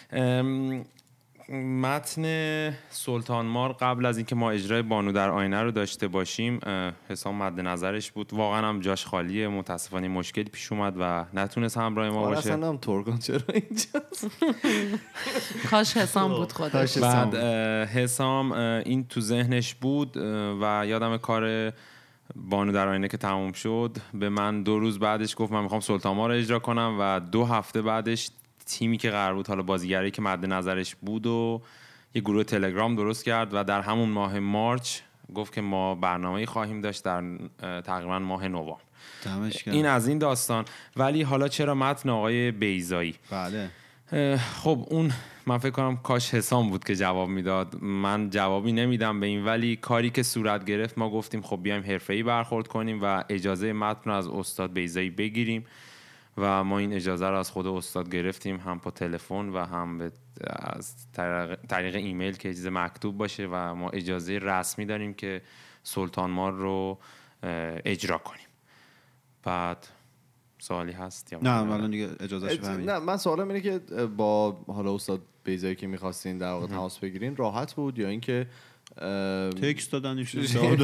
متن سلطان مار قبل از اینکه ما اجرای بانو در آینه رو داشته باشیم حسام مد نظرش بود، واقعا هم جاش خالیه، متاسفانه مشکلی پیش اومد و نتونست همراه ما باشه. اصلا هم ترکان چرا اینجاست؟ کاش حسام بود خودش. بعد حسام این تو ذهنش بود و یادم کار بانو در آینه که تموم شد به من دو روز بعدش گفت من میخوام سلطان مار رو اجرا کنم و دو هفته بعدش تیمی که قرار بود حالا بازیگری که مد نظرش بود و یه گروه تلگرام درست کرد و در همون ماه مارچ گفت که ما برنامه‌ای خواهیم داشت در تقریبا ماه نوامبر. این از این داستان. ولی حالا چرا متن آقای بیضایی؟ بله خب اون من فکر کنم کاش حسام بود که جواب میداد، من جوابی نمیدم به این، ولی کاری که صورت گرفت ما گفتیم خب بیایم حرفه‌ای برخورد کنیم و اجازه متن رو از استاد بیضایی بگیریم و ما این اجازه رو از خود استاد گرفتیم، هم با تلفن و هم به از طریق, طریق ایمیل که اجازه مکتوب باشه و ما اجازه رسمی داریم که سلطان مار رو اجرا کنیم. بعد سوالی هست یا نه الان دیگه اجازهش فهمید. نه من سوالم اینه که با حالا استاد بیضایی که می‌خواستین در واقع تماس بگیرین راحت بود یا اینکه تکست دادنش؟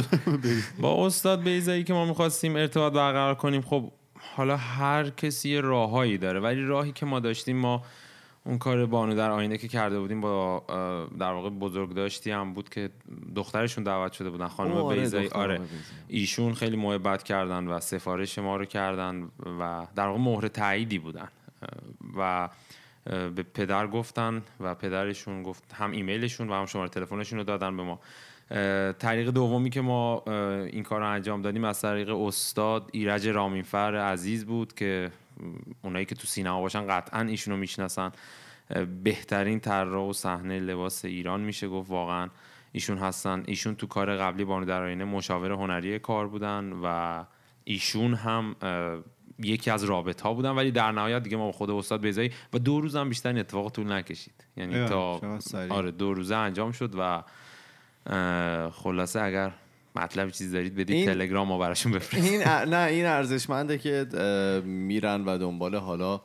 با استاد بیضایی که ما می‌خواستیم ارتباط برقرار کنیم، خب حالا هر کسی راههایی داره، ولی راهی که ما داشتیم، ما اون کار بانو در آینه که کرده بودیم با در واقع بزرگ داشتی هم بود که دخترشون دعوت شده بودن، خانم بیضایی. آره ایشون خیلی محبت کردن و سفارش ما رو کردن و در واقع مهر تاییدی بودن و به پدر گفتن و پدرشون گفت هم ایمیلشون و هم شماره تلفنشون رو دادن به ما. طریق دومی که ما این کار رو انجام دادیم از طریق استاد ایرج رامینفر عزیز بود که اونایی که تو سینما باشن قطعا ایشونو میشناسن، بهترین طراح و صحنه لباس ایران میشه گفت واقعا ایشون هستن. ایشون تو کار قبلی بانو در آینه مشاور هنری کار بودن و ایشون هم یکی از رابط ها بودن، ولی در نهایت دیگه ما با خود استاد بیضایی و دو روز هم بیشتر این اتفاق طول نکشید، یعنی تا آره دو روزه انجام شد و خلاصه اگر مطلب چیز دارید بدید این... تلگرام ما براشون بفرستید. این ا... نه این ارزشمنده که میرن و دنبال حالا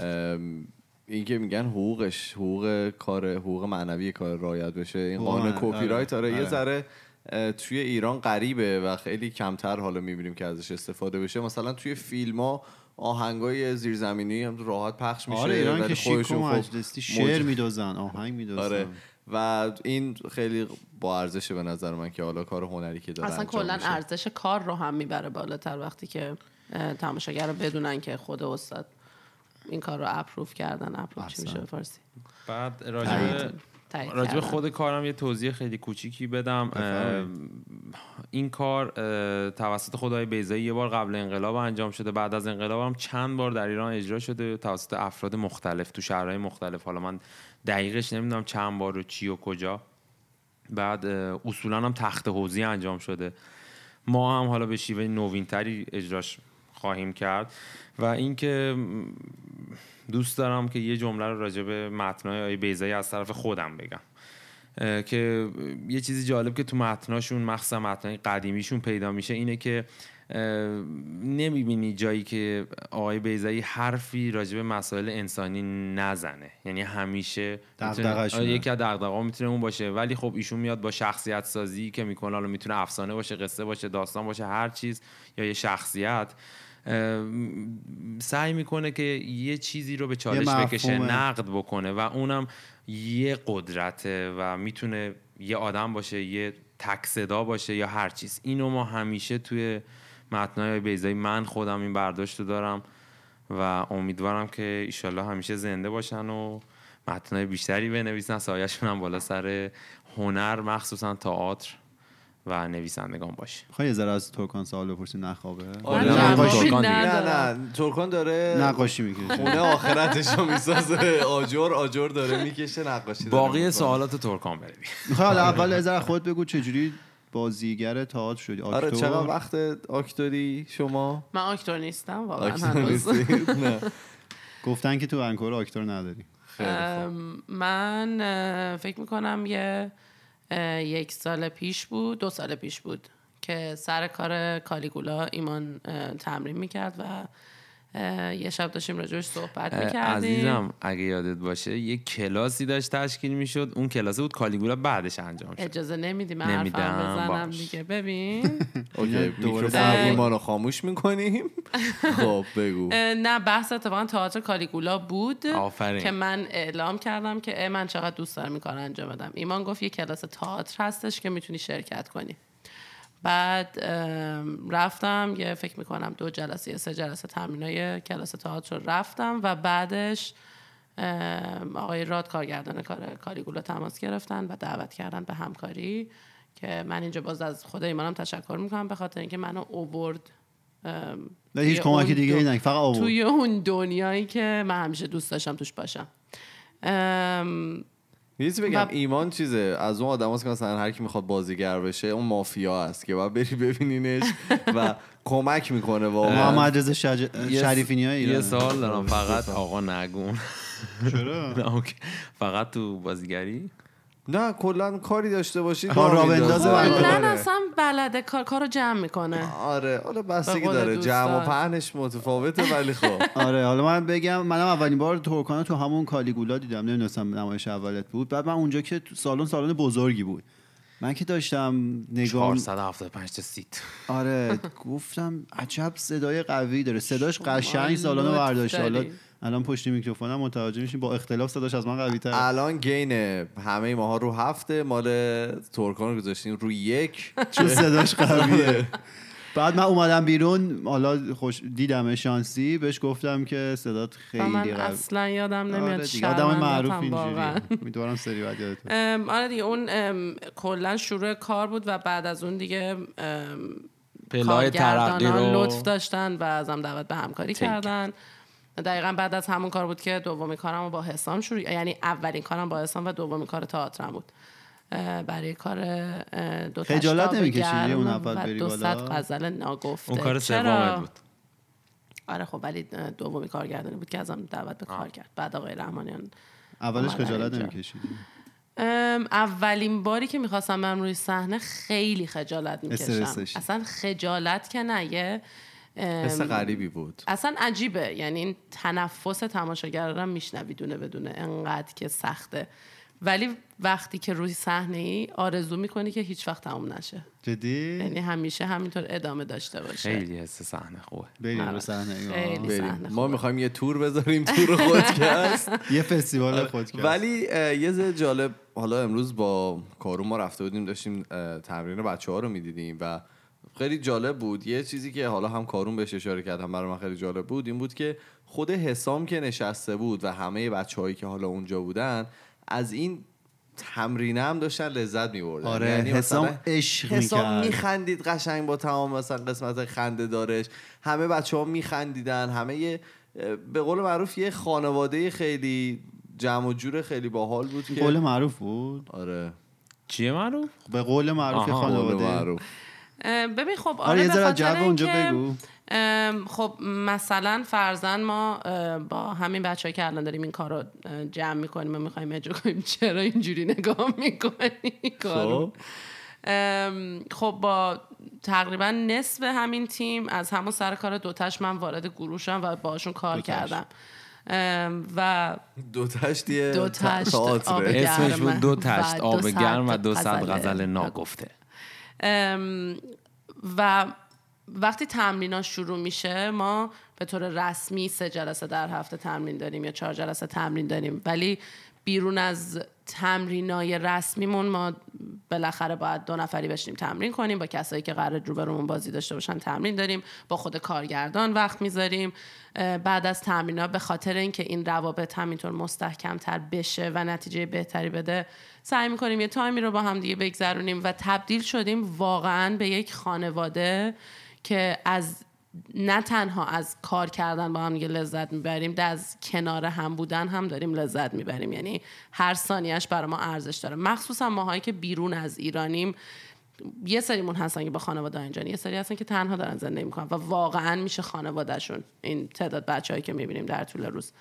این که میگن حقوقش حقوق کار حقوق معنوی کار رعایت بشه. این قانون کپی رایت آره یه ذره توی ایران غریبه و خیلی کمتر حالا میبینیم که ازش استفاده بشه. مثلا توی فیلم‌ها آهنگای زیرزمینی هم راحت پخش میشه. آره ایران که شیک و مجلسی شعر میدوزن، آهنگ میدوزن. آره و این خیلی با ارزشه به نظر من که حالا کار هنری که داره اصلا کلا ارزش کار رو هم میبره بالاتر وقتی که تماشاگر رو بدونن که خود استاد این کار رو اپروف کردن. اپروف چی میشه به فارسی؟ بعد راجع راجب خود کارم یه توضیح خیلی کوچیکی بدم. این کار توسط خدای بیضایی یه بار قبل انقلاب انجام شده، بعد از انقلاب هم چند بار در ایران اجرا شده توسط افراد مختلف تو شهرهای مختلف. حالا من دقیقش نمیدونم چند بار و چی و کجا. بعد اصولا هم تخت حوضی انجام شده. ما هم حالا به شیوه نوینتری اجراش خواهیم کرد و اینکه دوست دارم که یه جمله رو راجع به متنای آقای بیضایی از طرف خودم بگم که یه چیزی جالب که تو متناشون مخصوصا متنای قدیمیشون پیدا میشه اینه که نمیبینی جایی که آقای بیضایی حرفی راجع به مسائل انسانی نزنه، یعنی همیشه یکی از دغدغه‌ها میتونه اون باشه، ولی خب ایشون میاد با شخصیت سازی که میکنه، حالا میتونه افسانه باشه، قصه باشه، داستان باشه، هر چیز یا یه شخصیت، سعی میکنه که یه چیزی رو به چالش بکشه، نقد بکنه و اونم یه قدرته و میتونه یه آدم باشه، یه تک صدا باشه یا هر چیز. اینو ما همیشه توی متنای بیضایی من خودم این برداشت رو دارم و امیدوارم که ایشالله همیشه زنده باشن و متنای بیشتری بنویسن، سایه‌شون هم بالا سر هنر مخصوصا تئاتر و نویسندگان باشه. خواهی یه ذره از ترکان سوال بپرسیم نخوابه؟ آره ترکان نه نه ترکان داره نقاشی میکشه، خونه آخرتشو میسازه، آجر آجر داره میکشه، نقاشی داره. باقی سوالات ترکان بریم. میخوام اول از خود بگو چجوری بازیگر تئاتر شدی؟ آره چقدر وقت آکتوری شما؟ من آکتور نیستم واقعا هنوز. نه گفتن که تو ونکوور آکتور نداری. من فکر میکنم یه یک سال پیش بود دو سال پیش بود که سر کار کالیگولا ایمان تمرین میکرد و یه شب داشتیم راجعش صحبت میکردیم. عزیزم اگه یادت باشه یه کلاسی داشت تشکیل میشد، اون کلاس بود کالیگولا بعدش انجام شد. اجازه نمیدی من حرفم بزنم دیگه. ببین اوکی میکروفون ایمانو خاموش میکنیم. خب بگو. نه بحث اتفاقا تئاتر کالیگولا بود. آفرین. که من اعلام کردم که من چقدر دوست دارم این کار انجام بدم. ایمان گفت یه کلاس تئاتر هستش که میتونی شرکت کنی. بعد رفتم یه فکر میکنم دو جلسه یا سه جلسه تمرینای کلاس تئاتر رو رفتم و بعدش آقای راد کارگردان کار کالیگولا تماس گرفتن و دعوت کردن به همکاری که من اینجا باز از خود ایمانم تشکر میکنم به خاطر اینکه منو اوورد نه هیچ کمکی دیگه ای نه، فقط اوورد توی اون دنیایی که من همیشه دوست داشتم توش باشم. یه چیزی بگم، ایمان چیزه از اون آدماست که مثلا هر کی میخواد بازیگر بشه اون مافیا است که باید بری ببینینش و کمک میکنه واقعا. محمد رضا شج... شریفینی های ایران. یه سوال دارم فقط آقا نگون. چرا؟ فقط تو بازیگری؟ نه کلا کاری داشته باشید راه بندازه کلا اصلا بلده کار کارو جمع میکنه. آره حالا بستگی داره جمع و پهنش متفاوته ولی خب آره حالا من بگم منم اولین بار ترکانه تو همون کالیگولا دیدم، نمیدونستم نمایش اولت بود. بعد من اونجا که سالن سالن بزرگی بود، من که داشتم نگاه چهارصد و هفتاد و پنج تا سیت. آره گفتم عجب صدای قوی داره، صداش قشنگ سالن رو برداشته. حالا الان پشت میکروفونم متوجه میشین با اختلاف صداش از من قوی تر. الان گین همه ماها رو هفته، مال ترکان رو گذاشتیم رو یک چون صداش قویه. بعد من اومدم بیرون، حالا خوش دیدم شانسی، بهش گفتم که صدات خیلی قوی. من اصلا یادم نمیاد. آره آدم معروف اینجوریه. امیدوارم سری بعد یادتون. آره دیگه اون کلا شروع کار بود و بعد از اون دیگه پلای ترقی رو لطف داشتن و ازم دعوت به همکاری تیک. کردن. دقیقاً بعد از همون کار بود که دومین کارم با حسام شروع، یعنی اولین کارم با حسام و دومین کار تئاترم بود. برای کار دو تا خجالت نمی‌کشیدی اون اول بری بالا؟ دو صد غزل ناگفته. اون کار سومت بود. آره خب ولی دومین کارگردانی بود که ازم دعوت به کار کرد. بعد آقای رحمانیان اولش خجالت نمی‌کشیدی؟ اولین باری که می‌خواستم من روی صحنه خیلی خجالت می‌کشم. اصلا خجالت که نه، یه حس غریبی بود. اصلا عجیبه، یعنی این تنفس تماشاگر رو میشنوی دونه بدونه انقدر که سخته، ولی وقتی که روی صحنه ای آرزو میکنی که هیچ وقت تموم نشه. جدی؟ یعنی همیشه همینطور ادامه داشته باشه. خیلی حس صحنه خوبه. بریم رو صحنه ای ما میخوایم یه تور بذاریم، تور خودکست یه فستیوال خودکست. ولی یه ذره جالب، حالا امروز با کارو ما رفته بودیم داشتیم تمرین بچه‌ها رو میدیدیم و خیلی جالب بود. یه چیزی که حالا هم کارون بهش اشاره کرد هم برای من خیلی جالب بود این بود که خود حسام که نشسته بود و همه بچه‌هایی که حالا اونجا بودن از این تمرینه هم داشتن لذت می‌بردن. آره یعنی حسام عشق می‌کرد، حسام میخندید قشنگ با تمام مثلا قسمت خنده دارش، همه بچه‌ها میخندیدن، همه یه به قول معروف یه خانواده خیلی جمع و جور خیلی باحال بود که قول معروف بود. آره چیه معروف؟ به قول معروف خانواده معروف. ببین خب آره یه ذره جو اونجا بگو. خب مثلا فرضاً ما با همین بچه‌ای که الان داریم این کارو جمع می‌کنیم و می‌خوایم اجرا کنیم، چرا اینجوری نگاه می‌کنی کارو؟ خب با تقریبا نصف همین تیم از همون سر کار دوتاش من وارد گروه شدم و باهاشون کار دوتاش. کردم و دو تشتیه دو تشت آب اسمش بود دو تشت آب گرم و دو صد غزل غزل ناگفته. و وقتی تمریناش شروع میشه ما به طور رسمی سه جلسه در هفته تمرین داریم یا چهار جلسه تمرین داریم، ولی بیرون از تمرینای رسمیمون ما بالاخره باید دو نفری بشیم تمرین کنیم، با کسایی که قرار روبرومون بازی داشته باشن تمرین داریم، با خود کارگردان وقت میذاریم. بعد از تمرینا به خاطر اینکه این روابط همینطور مستحکم‌تر بشه و نتیجه بهتری بده سعی میکنیم یه تایمی رو با هم دیگه بگذرونیم و تبدیل شدیم واقعاً به یک خانواده که از نه تنها از کار کردن با هم دیگه لذت میبریم، در از کنار هم بودن هم داریم لذت میبریم. یعنی هر ثانیه‌اش برای ما ارزش داره، مخصوصا ماهایی که بیرون از ایرانیم. یه سریمون هستن که با خانواده اینجان، یه سری هستن که تنها دارن زندگی میکنن و واقعا میشه خانوادهشون این تعداد بچه‌هایی که میبینیم در طول روز.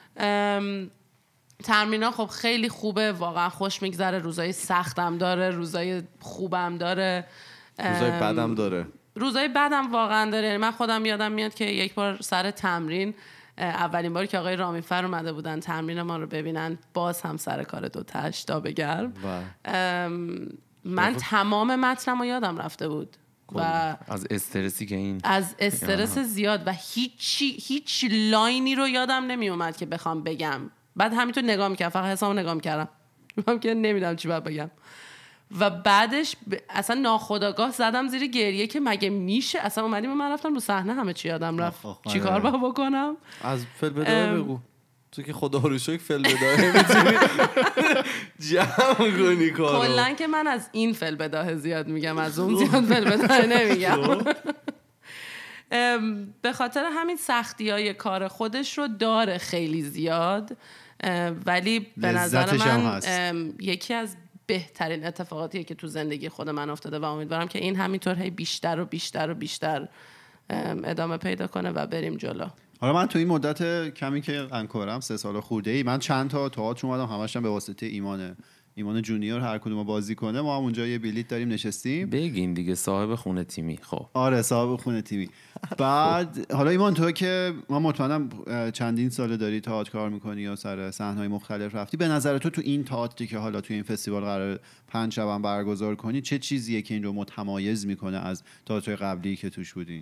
تمرینا خب خیلی خوبه، واقعا خوش میگذره، روزای سختم داره، روزای خوبم داره، روزای بدم داره، روزای بعدم واقعا داره. من خودم یادم میاد که یک بار سر تمرین، اولین باری که آقای رامیفر اومده بودن تمرین ما رو ببینن، باز هم سر کار دو تشت آب گرم، من تمام متنم رو یادم رفته بود و از استرسی که این از استرس زیاد و هیچی هیچ لاینی رو یادم نمی اومد که بخوام بگم. بعد همینطور نگاه میکردم، فقط حسابو نگاه میکردم من که نمیدونم چی باید بگم و بعدش ب... اصلا ناخودآگاه زدم زیر گریه که مگه میشه. اصلا اومدیم من رفتم رو صحنه همه چی یادم رفت، چی کار باید بکنم. از فیلم بدای بگو. تو که خدا رو شکر فل بداهه میتونی جمع کنی کارو. کلن که من از این فل بداهه زیاد میگم، از اون زیاد فل بداهه نمیگم. به خاطر همین سختی های کار خودش رو داره خیلی زیاد، ولی به نظر من یکی از بهترین اتفاقاتیه که تو زندگی خود من افتاده و امیدوارم که این همینطور هی بیشتر و بیشتر و بیشتر ادامه پیدا کنه و بریم جلو. حالا من تو این مدت کمی که انکارم سه سال خورده ای، من چند تا تئاتر اومدم، همش هم به واسطه ایمانه ایمان جونیور هر کدوم بازی کنه، ما هم اونجا یه بلیت داریم نشستیم. بگین دیگه صاحب خونه تیمی. خب آره صاحب خونه تیمی. بعد حالا ایمان تو که ما مطمئنم چندین ساله داری تئاتر کار میکنی یا سر صحنه‌های مختلف رفتی، به نظر تو تو این تئاتری که حالا تو این فستیوال قرار پنج شب هم برگزار کنی، چه چیزیه که این رو متمایز میکنه از تئاتر قبلی که توش بودین؟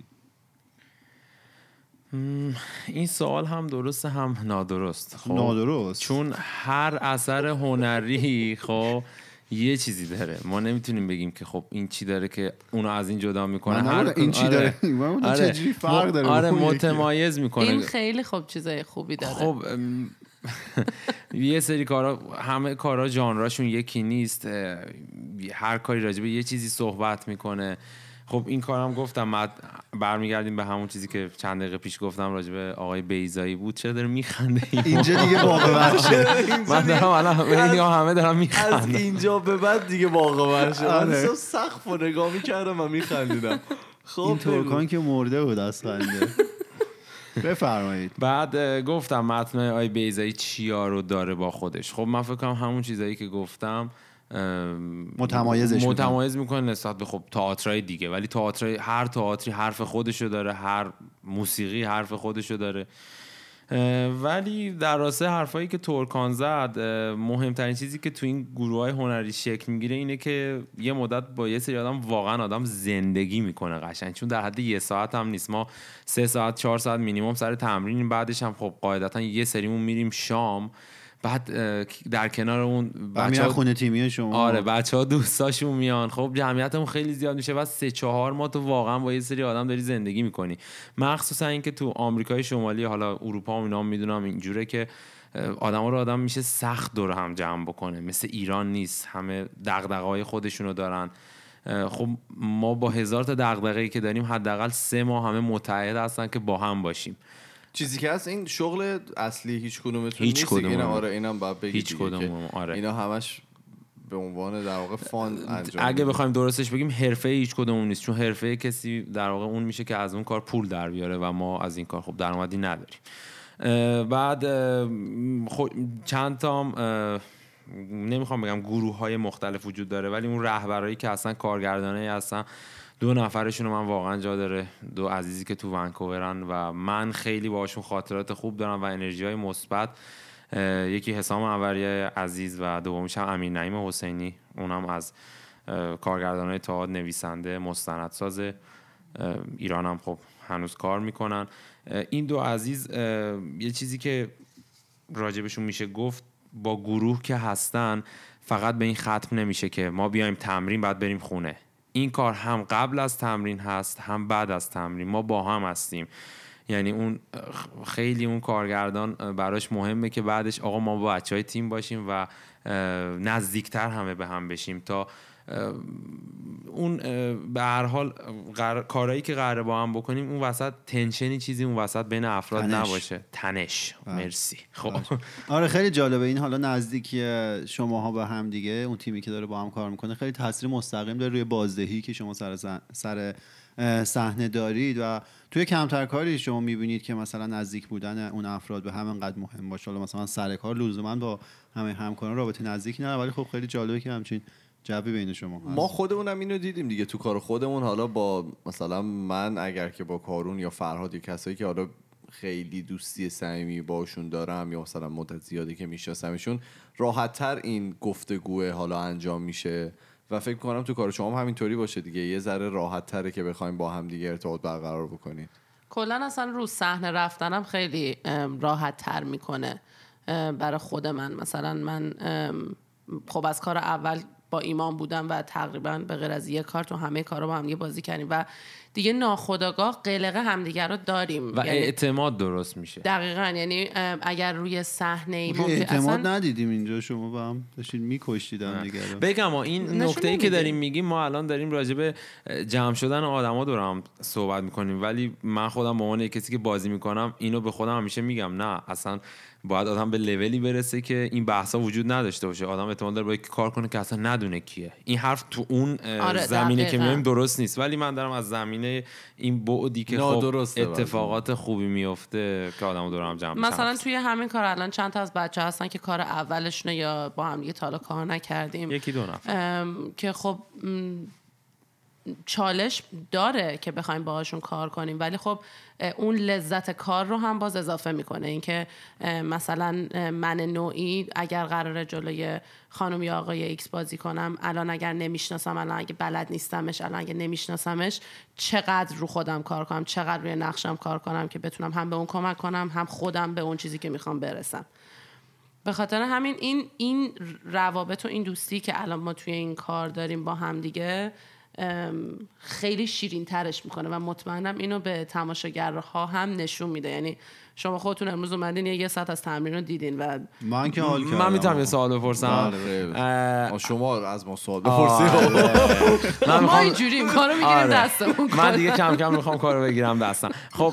این سوال هم درست هم نادرست. خب نادرست چون هر اثر هنری خب یه چیزی داره، ما نمیتونیم بگیم که خب این چی داره که اونو از این جدا میکنه. هر این چی آره. داره آره. چجوری فرق داره؟ آره متمایز میکنه. این خیلی خوب چیزای خوبی داره. خب یه سری کارا، همه کارا ژانراشون یکی نیست، هر کاری راجع به یه چیزی صحبت میکنه. خب این کارم گفتم برمیگردیم به همون چیزی که چند دقیقه پیش گفتم راجع به آقای بیضایی بود. چرا داره میخنده اینجا دیگه باغ وحشه؟ من دارم الان اینجا همه دارم میخندم. از اینجا به بعد دیگه باغ وحشه. من صرف سقف رو نگاه میکردم و میخندیدم. خب این ترکان که مرده بود از خنده. بفرمایید. بعد گفتم متن آقای بیضایی چیا رو داره با خودش. خب من فکر کنم همون چیزایی که گفتم متمایزش متمایز میکنه نسبت به خب تئاترای دیگه، ولی تئاتر هر تئاتری حرف خودشو داره، هر موسیقی حرف خودشو داره. ولی در راسته حرفایی که ترکان زد، مهمترین چیزی که تو این گروه‌های هنری شکل میگیره اینه که یه مدت با یه سری آدم واقعا آدم زندگی میکنه قشنگ، چون در حد یه ساعت هم نیست، ما سه ساعت چهار ساعت مینیمم سر تمرین، بعدش هم خب قاعدتا یه سریمون میریم شام، بعد در کنار اون بچه‌ها خونه تیمی شما، آره بچه‌ها دوستاشون میان، خب جمعیتمون خیلی زیاد میشه و سه چهار ماه تو واقعا با یه سری آدم داری زندگی میکنی. مخصوصا اینکه تو آمریکای شمالی، حالا اروپا هم اینا میدونم اینجوره که آدما رو آدم میشه سخت دور هم جمع بکنه، مثل ایران نیست، همه دغدغه‌های خودشونو دارن. خب ما با هزار تا دغدغه‌ای که داریم حداقل سه ماه همه متحد هستن که با هم باشیم. چیزی که هست این شغل اصلی هیچ کدومتون هیچ نیست. کدوم اینا آره اینم باید بگید هیچ کدوم آره. اینا همش به عنوان در واقع فان انجام. اگه بخوایم درستش بگیم حرفه هیچ کدوم نیست، چون حرفه کسی در واقع اون میشه که از اون کار پول در بیاره و ما از این کار خب درآمدی نداریم. بعد خب چند تا نمیخوام بگم گروه های مختلف وجود داره، ولی اون رهبرایی که اصلا کارگردانایی هستن، دو نفرشون من واقعا جا داره، دو عزیزی که تو ونکوورن و من خیلی باهاشون خاطرات خوب دارم و انرژی های مثبت. یکی حسام انوریه عزیز و دومیش هم امین نعیم حسینی، اونم از کارگردانای تئاتر، نویسنده، مستندساز ایران هم خب هنوز کار میکنن. این دو عزیز یه چیزی که راجبشون میشه گفت، با گروه که هستن فقط به این ختم نمیشه که ما بیایم تمرین بعد بریم خونه. این کار هم قبل از تمرین هست هم بعد از تمرین، ما با هم هستیم. یعنی اون خیلی اون کارگردان براش مهمه که بعدش آقا ما با بچهای تیم باشیم و نزدیکتر همه به هم بشیم تا اون به هر حال کارهایی که قراره با هم بکنیم اون وسط تنشنی چیزی اون وسط بین افراد تنش. نباشه تنش آه. مرسی. خب آره خیلی جالبه این، حالا نزدیکی شماها به هم دیگه، اون تیمی که داره با هم کار میکنه خیلی تاثیر مستقیم داره روی بازدهی که شما سر سر صحنه دارید و توی کمتر کاری شما میبینید که مثلا نزدیک بودن اون افراد به هم انقدر مهم باشه. حالا مثلا سر کار لزوما با همه همکاران رابطه نزدیک نداره، ولی خب خیلی جالبه که همچین جوی بین شما هست. ما خودمونم اینو دیدیم دیگه تو کار خودمون. حالا با مثلا من اگر که با کارون یا فرهاد یا کسایی که حالا خیلی دوستی صمیمی باشون دارم یا مثلا مدت زیادی که میشناسمشون، راحت‌تر این گفتگو حالا انجام میشه و فکر کنم تو کار شما هم همینطوری باشه دیگه، یه ذره راحت‌تره که بخوایم با هم دیگه ارتباط برقرار بکنید. کلا اصلا رو صحنه رفتنم خیلی راحت‌تر میکنه برای خود من. مثلا من خب از کار اول با ایمان بودم و تقریبا به غیر از یک کار تو همه کارا با هم دیگه بازی کردیم و دیگه ناخودآگاه قلقه همدیگه رو داریم و یعنی اعتماد درست میشه. دقیقاً، یعنی اگر روی صحنه ممکن اعتماد اصلا ندیدیم اینجا، شما با هم داشتین میکشتید هم دیگه رو. بگم این نکته‌ای که داریم میگیم، ما الان داریم راجع به جمع شدن آدما دور هم صحبت میکنیم، ولی من خودم به عنوان کسی که بازی میکنم اینو به خودم همیشه میگم نه، اصلا باید آدم به لولی برسه که این بحثا وجود نداشته باشه. آدم احتمال داره با یک کار کنه که اصلا ندونه کیه. این حرف تو اون آره زمینه دقیقا. که میایم درست نیست، ولی من دارم از زمینه این بعدی که خب اتفاقات خوبی میفته که آدمو دور هم جمع میشن. مثلا توی همین کار الان چند تا از بچه هستن که کار اولشونه یا با هم دیگه تا حالا کار نکردیم، یکی دو نفر که خب چالش داره که بخوایم باهاشون کار کنیم، ولی خب اون لذت کار رو هم باز اضافه میکنه. اینکه مثلا من نوعی اگر قراره جلوی خانم یا آقای ایکس بازی کنم، الان اگر نمیشناسم، الان اگه بلد نیستمش، الان اگه نمیشناسمش، چقدر رو خودم کار کنم، چقدر روی نقشم کار کنم که بتونم هم به اون کمک کنم، هم خودم به اون چیزی که میخوام برسم. به خاطر همین این این روابط و این دوستی که الان ما توی این کار داریم با هم دیگه خیلی شیرین ترش میکنه و مطمئنم اینو به تماشاگرها هم نشون میده. یعنی شما خودتون امروز اومدین یه ساعت از تمرین رو دیدین و من که حال کردم. من میتونم یه سوال بپرسم؟ شما از ما سوال بپرسید. من ما اینجوریم کارو میگیریم دستمون. من دیگه کم کم میخوام کارو بگیرم دستم. خب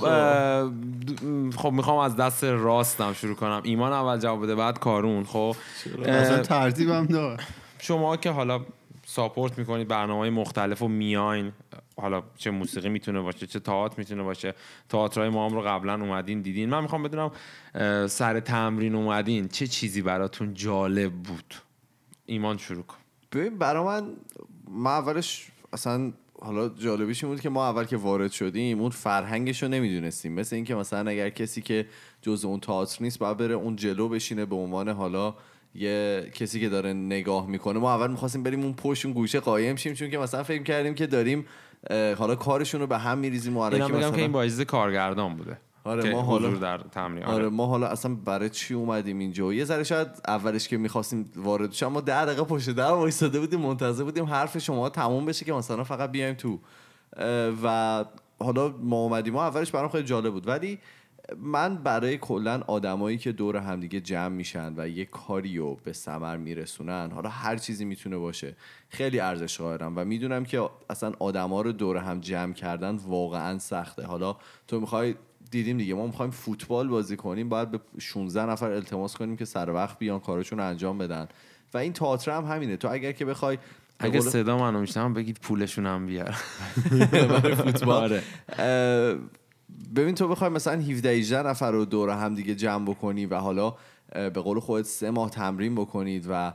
خب میخوام از دست راستم شروع کنم. ایمان اول جواب بده، بعد کارون. خب اصلا ترتیبم داره. شما که حالا ساپورت میکنید برنامه‌های مختلف و میاین، حالا چه موسیقی میتونه باشه، چه تئاتر میتونه باشه، تئاترای ما هم رو قبلا اومدین دیدین، من میخوام بدونم سر تمرین اومدین چه چیزی براتون جالب بود؟ ایمان شروع کن. ببین برای من ما اولش اصلا حالا جالبیش این بود که ما اول که وارد شدیم اون فرهنگش رو نمیدونستیم. مثل این که مثلا اگر کسی که جزء اون تئاتر نیست باید بره اون جلو بشینه به عنوان حالا یه کسی که داره نگاه میکنه. ما اول میخواستیم بریم اون پشت اون گوشه قایم شیم، چون که مثلا فکر کردیم که داریم حالا کارشون رو به هم میریزیم. اینا میگم که این با اجازه کارگردان بوده. آره ما حالا در تمرین. آره. آره ما حالا اصلا برای چی اومدیم اینجا؟ یه ذره شاید اولش که میخواستیم وارد شیم ما ده دقیقه پشت در وایساده بودیم منتظر بودیم حرف شما تموم بشه که مثلا فقط بیایم تو. و حالا ما اومدیم، ما اولش برام خیلی جالب بود، ولی من برای کلن آدمایی که دور همدیگه جمع میشن و یه کاریو به ثمر میرسونن، حالا هر چیزی میتونه باشه، خیلی ارزش قائلم و میدونم که اصلا آدما رو دور هم جمع کردن واقعا سخته. حالا تو میخوای، دیدیم دیگه، ما میخوایم فوتبال بازی کنیم، باید به شانزده نفر التماس کنیم که سر وقت بیان کارشون رو انجام بدن و این تئاتر هم همینه. تو اگر که بخوای اگه قول... صدا منو میشنم بگید پولشون هم بیار برای فوتبال. ببین تو بخوای مثلا هفده هجده نفر رو دور هم دیگه جمع بکنی و حالا به قول خودت سه ماه تمرین بکنید و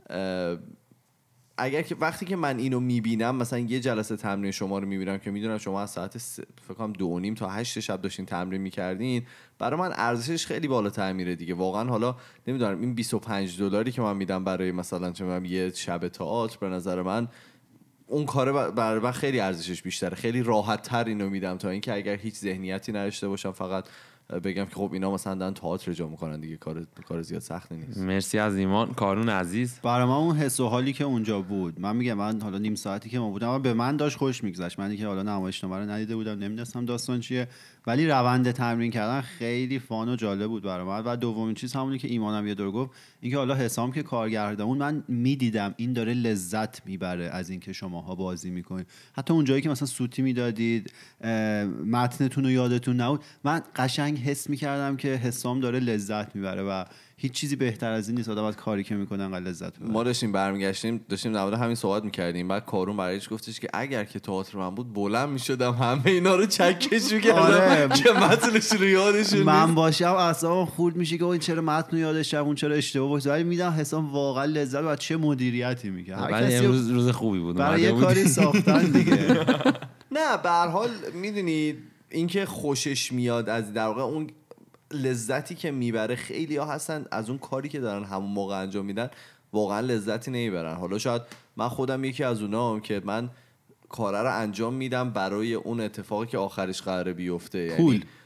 اگر که وقتی که من اینو میبینم، مثلا یه جلسه تمرین شما رو میبینم که میدونم شما از ساعت فکر کنم دو و نیم تا هشت شب داشتین تمرین میکردین، برای من ارزشش خیلی بالاتر میره دیگه واقعا. حالا نمیدونم این بیست و پنج دلاری که من میدم برای مثلا چه میدونم یه شب تئاتر، به نظر من اون کاره برای من خیلی ارزشش بیشتره، خیلی راحت تر اینو میدم تا اینکه اگر هیچ ذهنیتی نداشته باشم فقط بگم که خب اینا مثلا دارن تئاتر اجرا میکنن دیگه، کار کار زیاد سختی نیست. مرسی از ایمان. کارون عزیز، برای من اون حس و حالی که اونجا بود، من میگم من حالا نیم ساعتی که ما بودم اما به من داشت خوش میگذشت. من که حالا نمایشنامه رو ندیده بودم، نمیدونستم داستان چیه، ولی روند تمرین کردن خیلی فان و جالب بود برای من. و دومین چیز همونی که ایمانم یه دور گفت، اینکه حالا حسام که کارگردان، من میدیدم این داره لذت میبره از اینکه شماها بازی میکنید. حتی اون جایی که مثلا سوتی میدادید، متنتون رو یادتون نبود، من قشنگ حس میکردم که حسام داره لذت میبره و هیچ چیزی بهتر از این نیست آدم از کاری که میکنه انقدر لذت ببره. ما داشتیم برمیگشتیم داشتیم در مورد همین صحبت میکردیم، بعد کارون برایش گفتش که اگر که تئاتر من بود بلند میشدم همه اینا رو چکش میکردم که متنش رو یادشون نیست. من باشم اصلا خورد میشه که این چرا متن یادش رفت، اون چرا اشتباه بود، ولی میدم حسام واقعا لذت و چه مدیریتی میکنه. ولی امروز روز خوبی بود برای یه کاری ساختن دیگه. نه به هر حال میدونی اینکه خوشش میاد از در واقع اون لذتی که میبره. خیلی ها هستن از اون کاری که دارن همون موقع انجام میدن واقعا لذتی نمیبرن. حالا شاید من خودم یکی از اونام که من کاره رو انجام میدم برای اون اتفاقی که آخرش قراره بیفته. cool. یعنی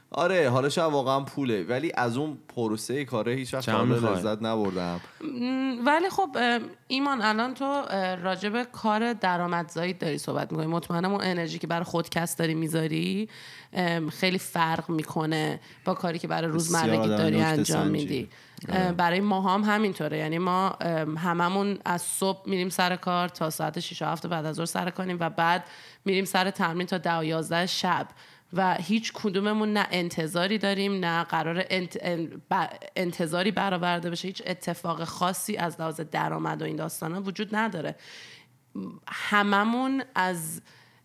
آره حالا شاید واقعا پوله، ولی از اون پروسه کاره هیچ وقت لذت نبردم. ولی خب ایمان الان تو راجب کار درآمدزایی داری صحبت میکنی، مطمئنم اون انرژی که برای خودکست داری میذاری خیلی فرق میکنه با کاری که برای روزمرگی داری انجام میدی. برای ما هم همینطوره، یعنی ما هممون از صبح میریم سر کار تا ساعت شش و هفت بعد از ظهر سر کنیم و بعد میریم سر تمرین تا ده و یازده شب و هیچ کدوممون نه انتظاری داریم نه قرار انت... انتظاری برآورده بشه، هیچ اتفاق خاصی از لحاظ درآمد و این داستانا وجود نداره. هممون از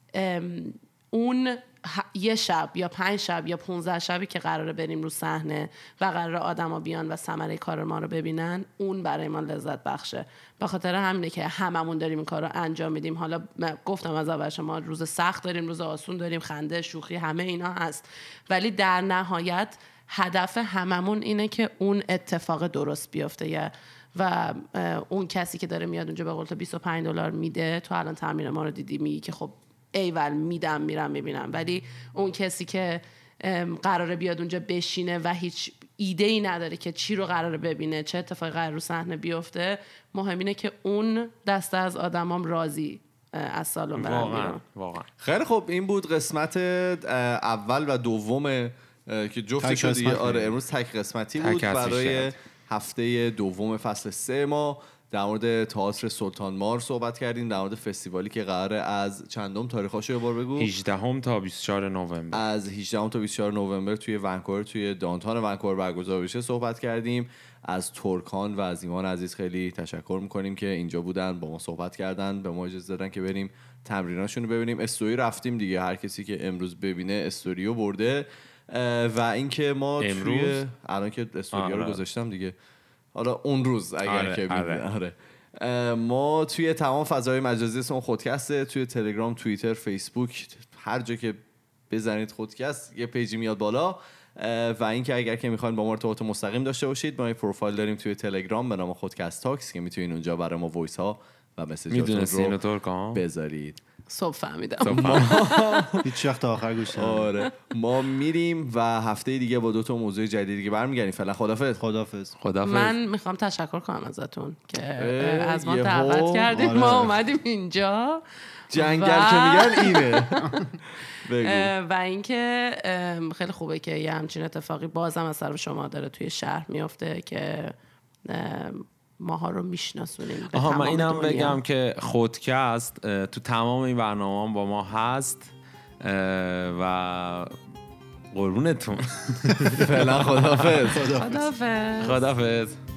اون یه شب یا پنج شب یا پونزده شبی که قراره بریم رو صحنه و قراره آدما بیان و ثمره کار ما رو ببینن، اون برای ما لذت بخشه. به خاطر همینه که هممون داریم این کار رو انجام میدیم. حالا گفتم از اول شما روز سخت داریم، روز آسون داریم، خنده، شوخی، همه اینا هست، ولی در نهایت هدف هممون اینه که اون اتفاق درست بیفته و اون کسی که داره میاد اونجا به قول تو بیست و پنج دلار میده، تو الان تمرین ما رو دیدی میگی که خب ایول میدم میرم میبینم، ولی اون کسی که قراره بیاد اونجا بشینه و هیچ ایده ای نداره که چی رو قراره ببینه، چه اتفاقی قراره رو صحنه بیفته، مهم اینه که اون دسته از آدمام راضی از سالن برن بیرون. واقعا خیلی خب این بود قسمت اول و دوم که جفتش دیگه آره امروز تک قسمتی تک بود برای شد. هفته دوم فصل سه ما در مورد تئاتر سلطان مار صحبت کردیم، در مورد فستیوالی که قراره از چندم تاریخاشو یه بار بگو هجدهم تا بیست و چهار نوامبر از هجدهم تا بیست و چهار نوامبر توی ونکوور توی دانتان ونکوور برگزار بشه صحبت کردیم. از ترکان و از ایمان عزیز خیلی تشکر میکنیم که اینجا بودن با ما صحبت کردن، به ما اجازه دادن که بریم تمریناشون رو ببینیم. استوری رفتیم دیگه، هر کسی که امروز ببینه استوریو برده و اینکه ما امروز توی الان که استوریو رو گذاشتم دیگه، حالا اون روز اگر آره، که آره. آره. ما توی تمام فضای مجازی اسم خودکسته، توی تلگرام، توییتر، فیسبوک، هر جا که بزنید خودکست یه پیجی میاد بالا. و اینکه اگر که میخواین با ما ارتباط مستقیم داشته باشید، ما یه پروفایل داریم توی تلگرام به نام خودکست تاکس که میتونین اونجا برای ما وایس ها و مسیجاتون رو بذارید. صبح فهمیدم هیچ وقت آخر گوش ندادم. آره ما میریم و هفته دیگه با دو تا موضوع جدید دیگه برمیگردیم. فعلا خدافظ. خدافظ. خدافظ. من میخوام تشکر کنم ازتون که از ما دعوت کردید. آره. ما اومدیم اینجا جنگل و... که میگن اینه و اینکه خیلی خوبه که یه همچین اتفاقی بازم از طرف شما داره توی شهر میفته که ماها رو میشناسونیم. آها من اینم بگم که خودکست تو تمام این برنامه با ما هست و قربونتون. فعلا خداحافظ. خداحافظ. خداحافظ.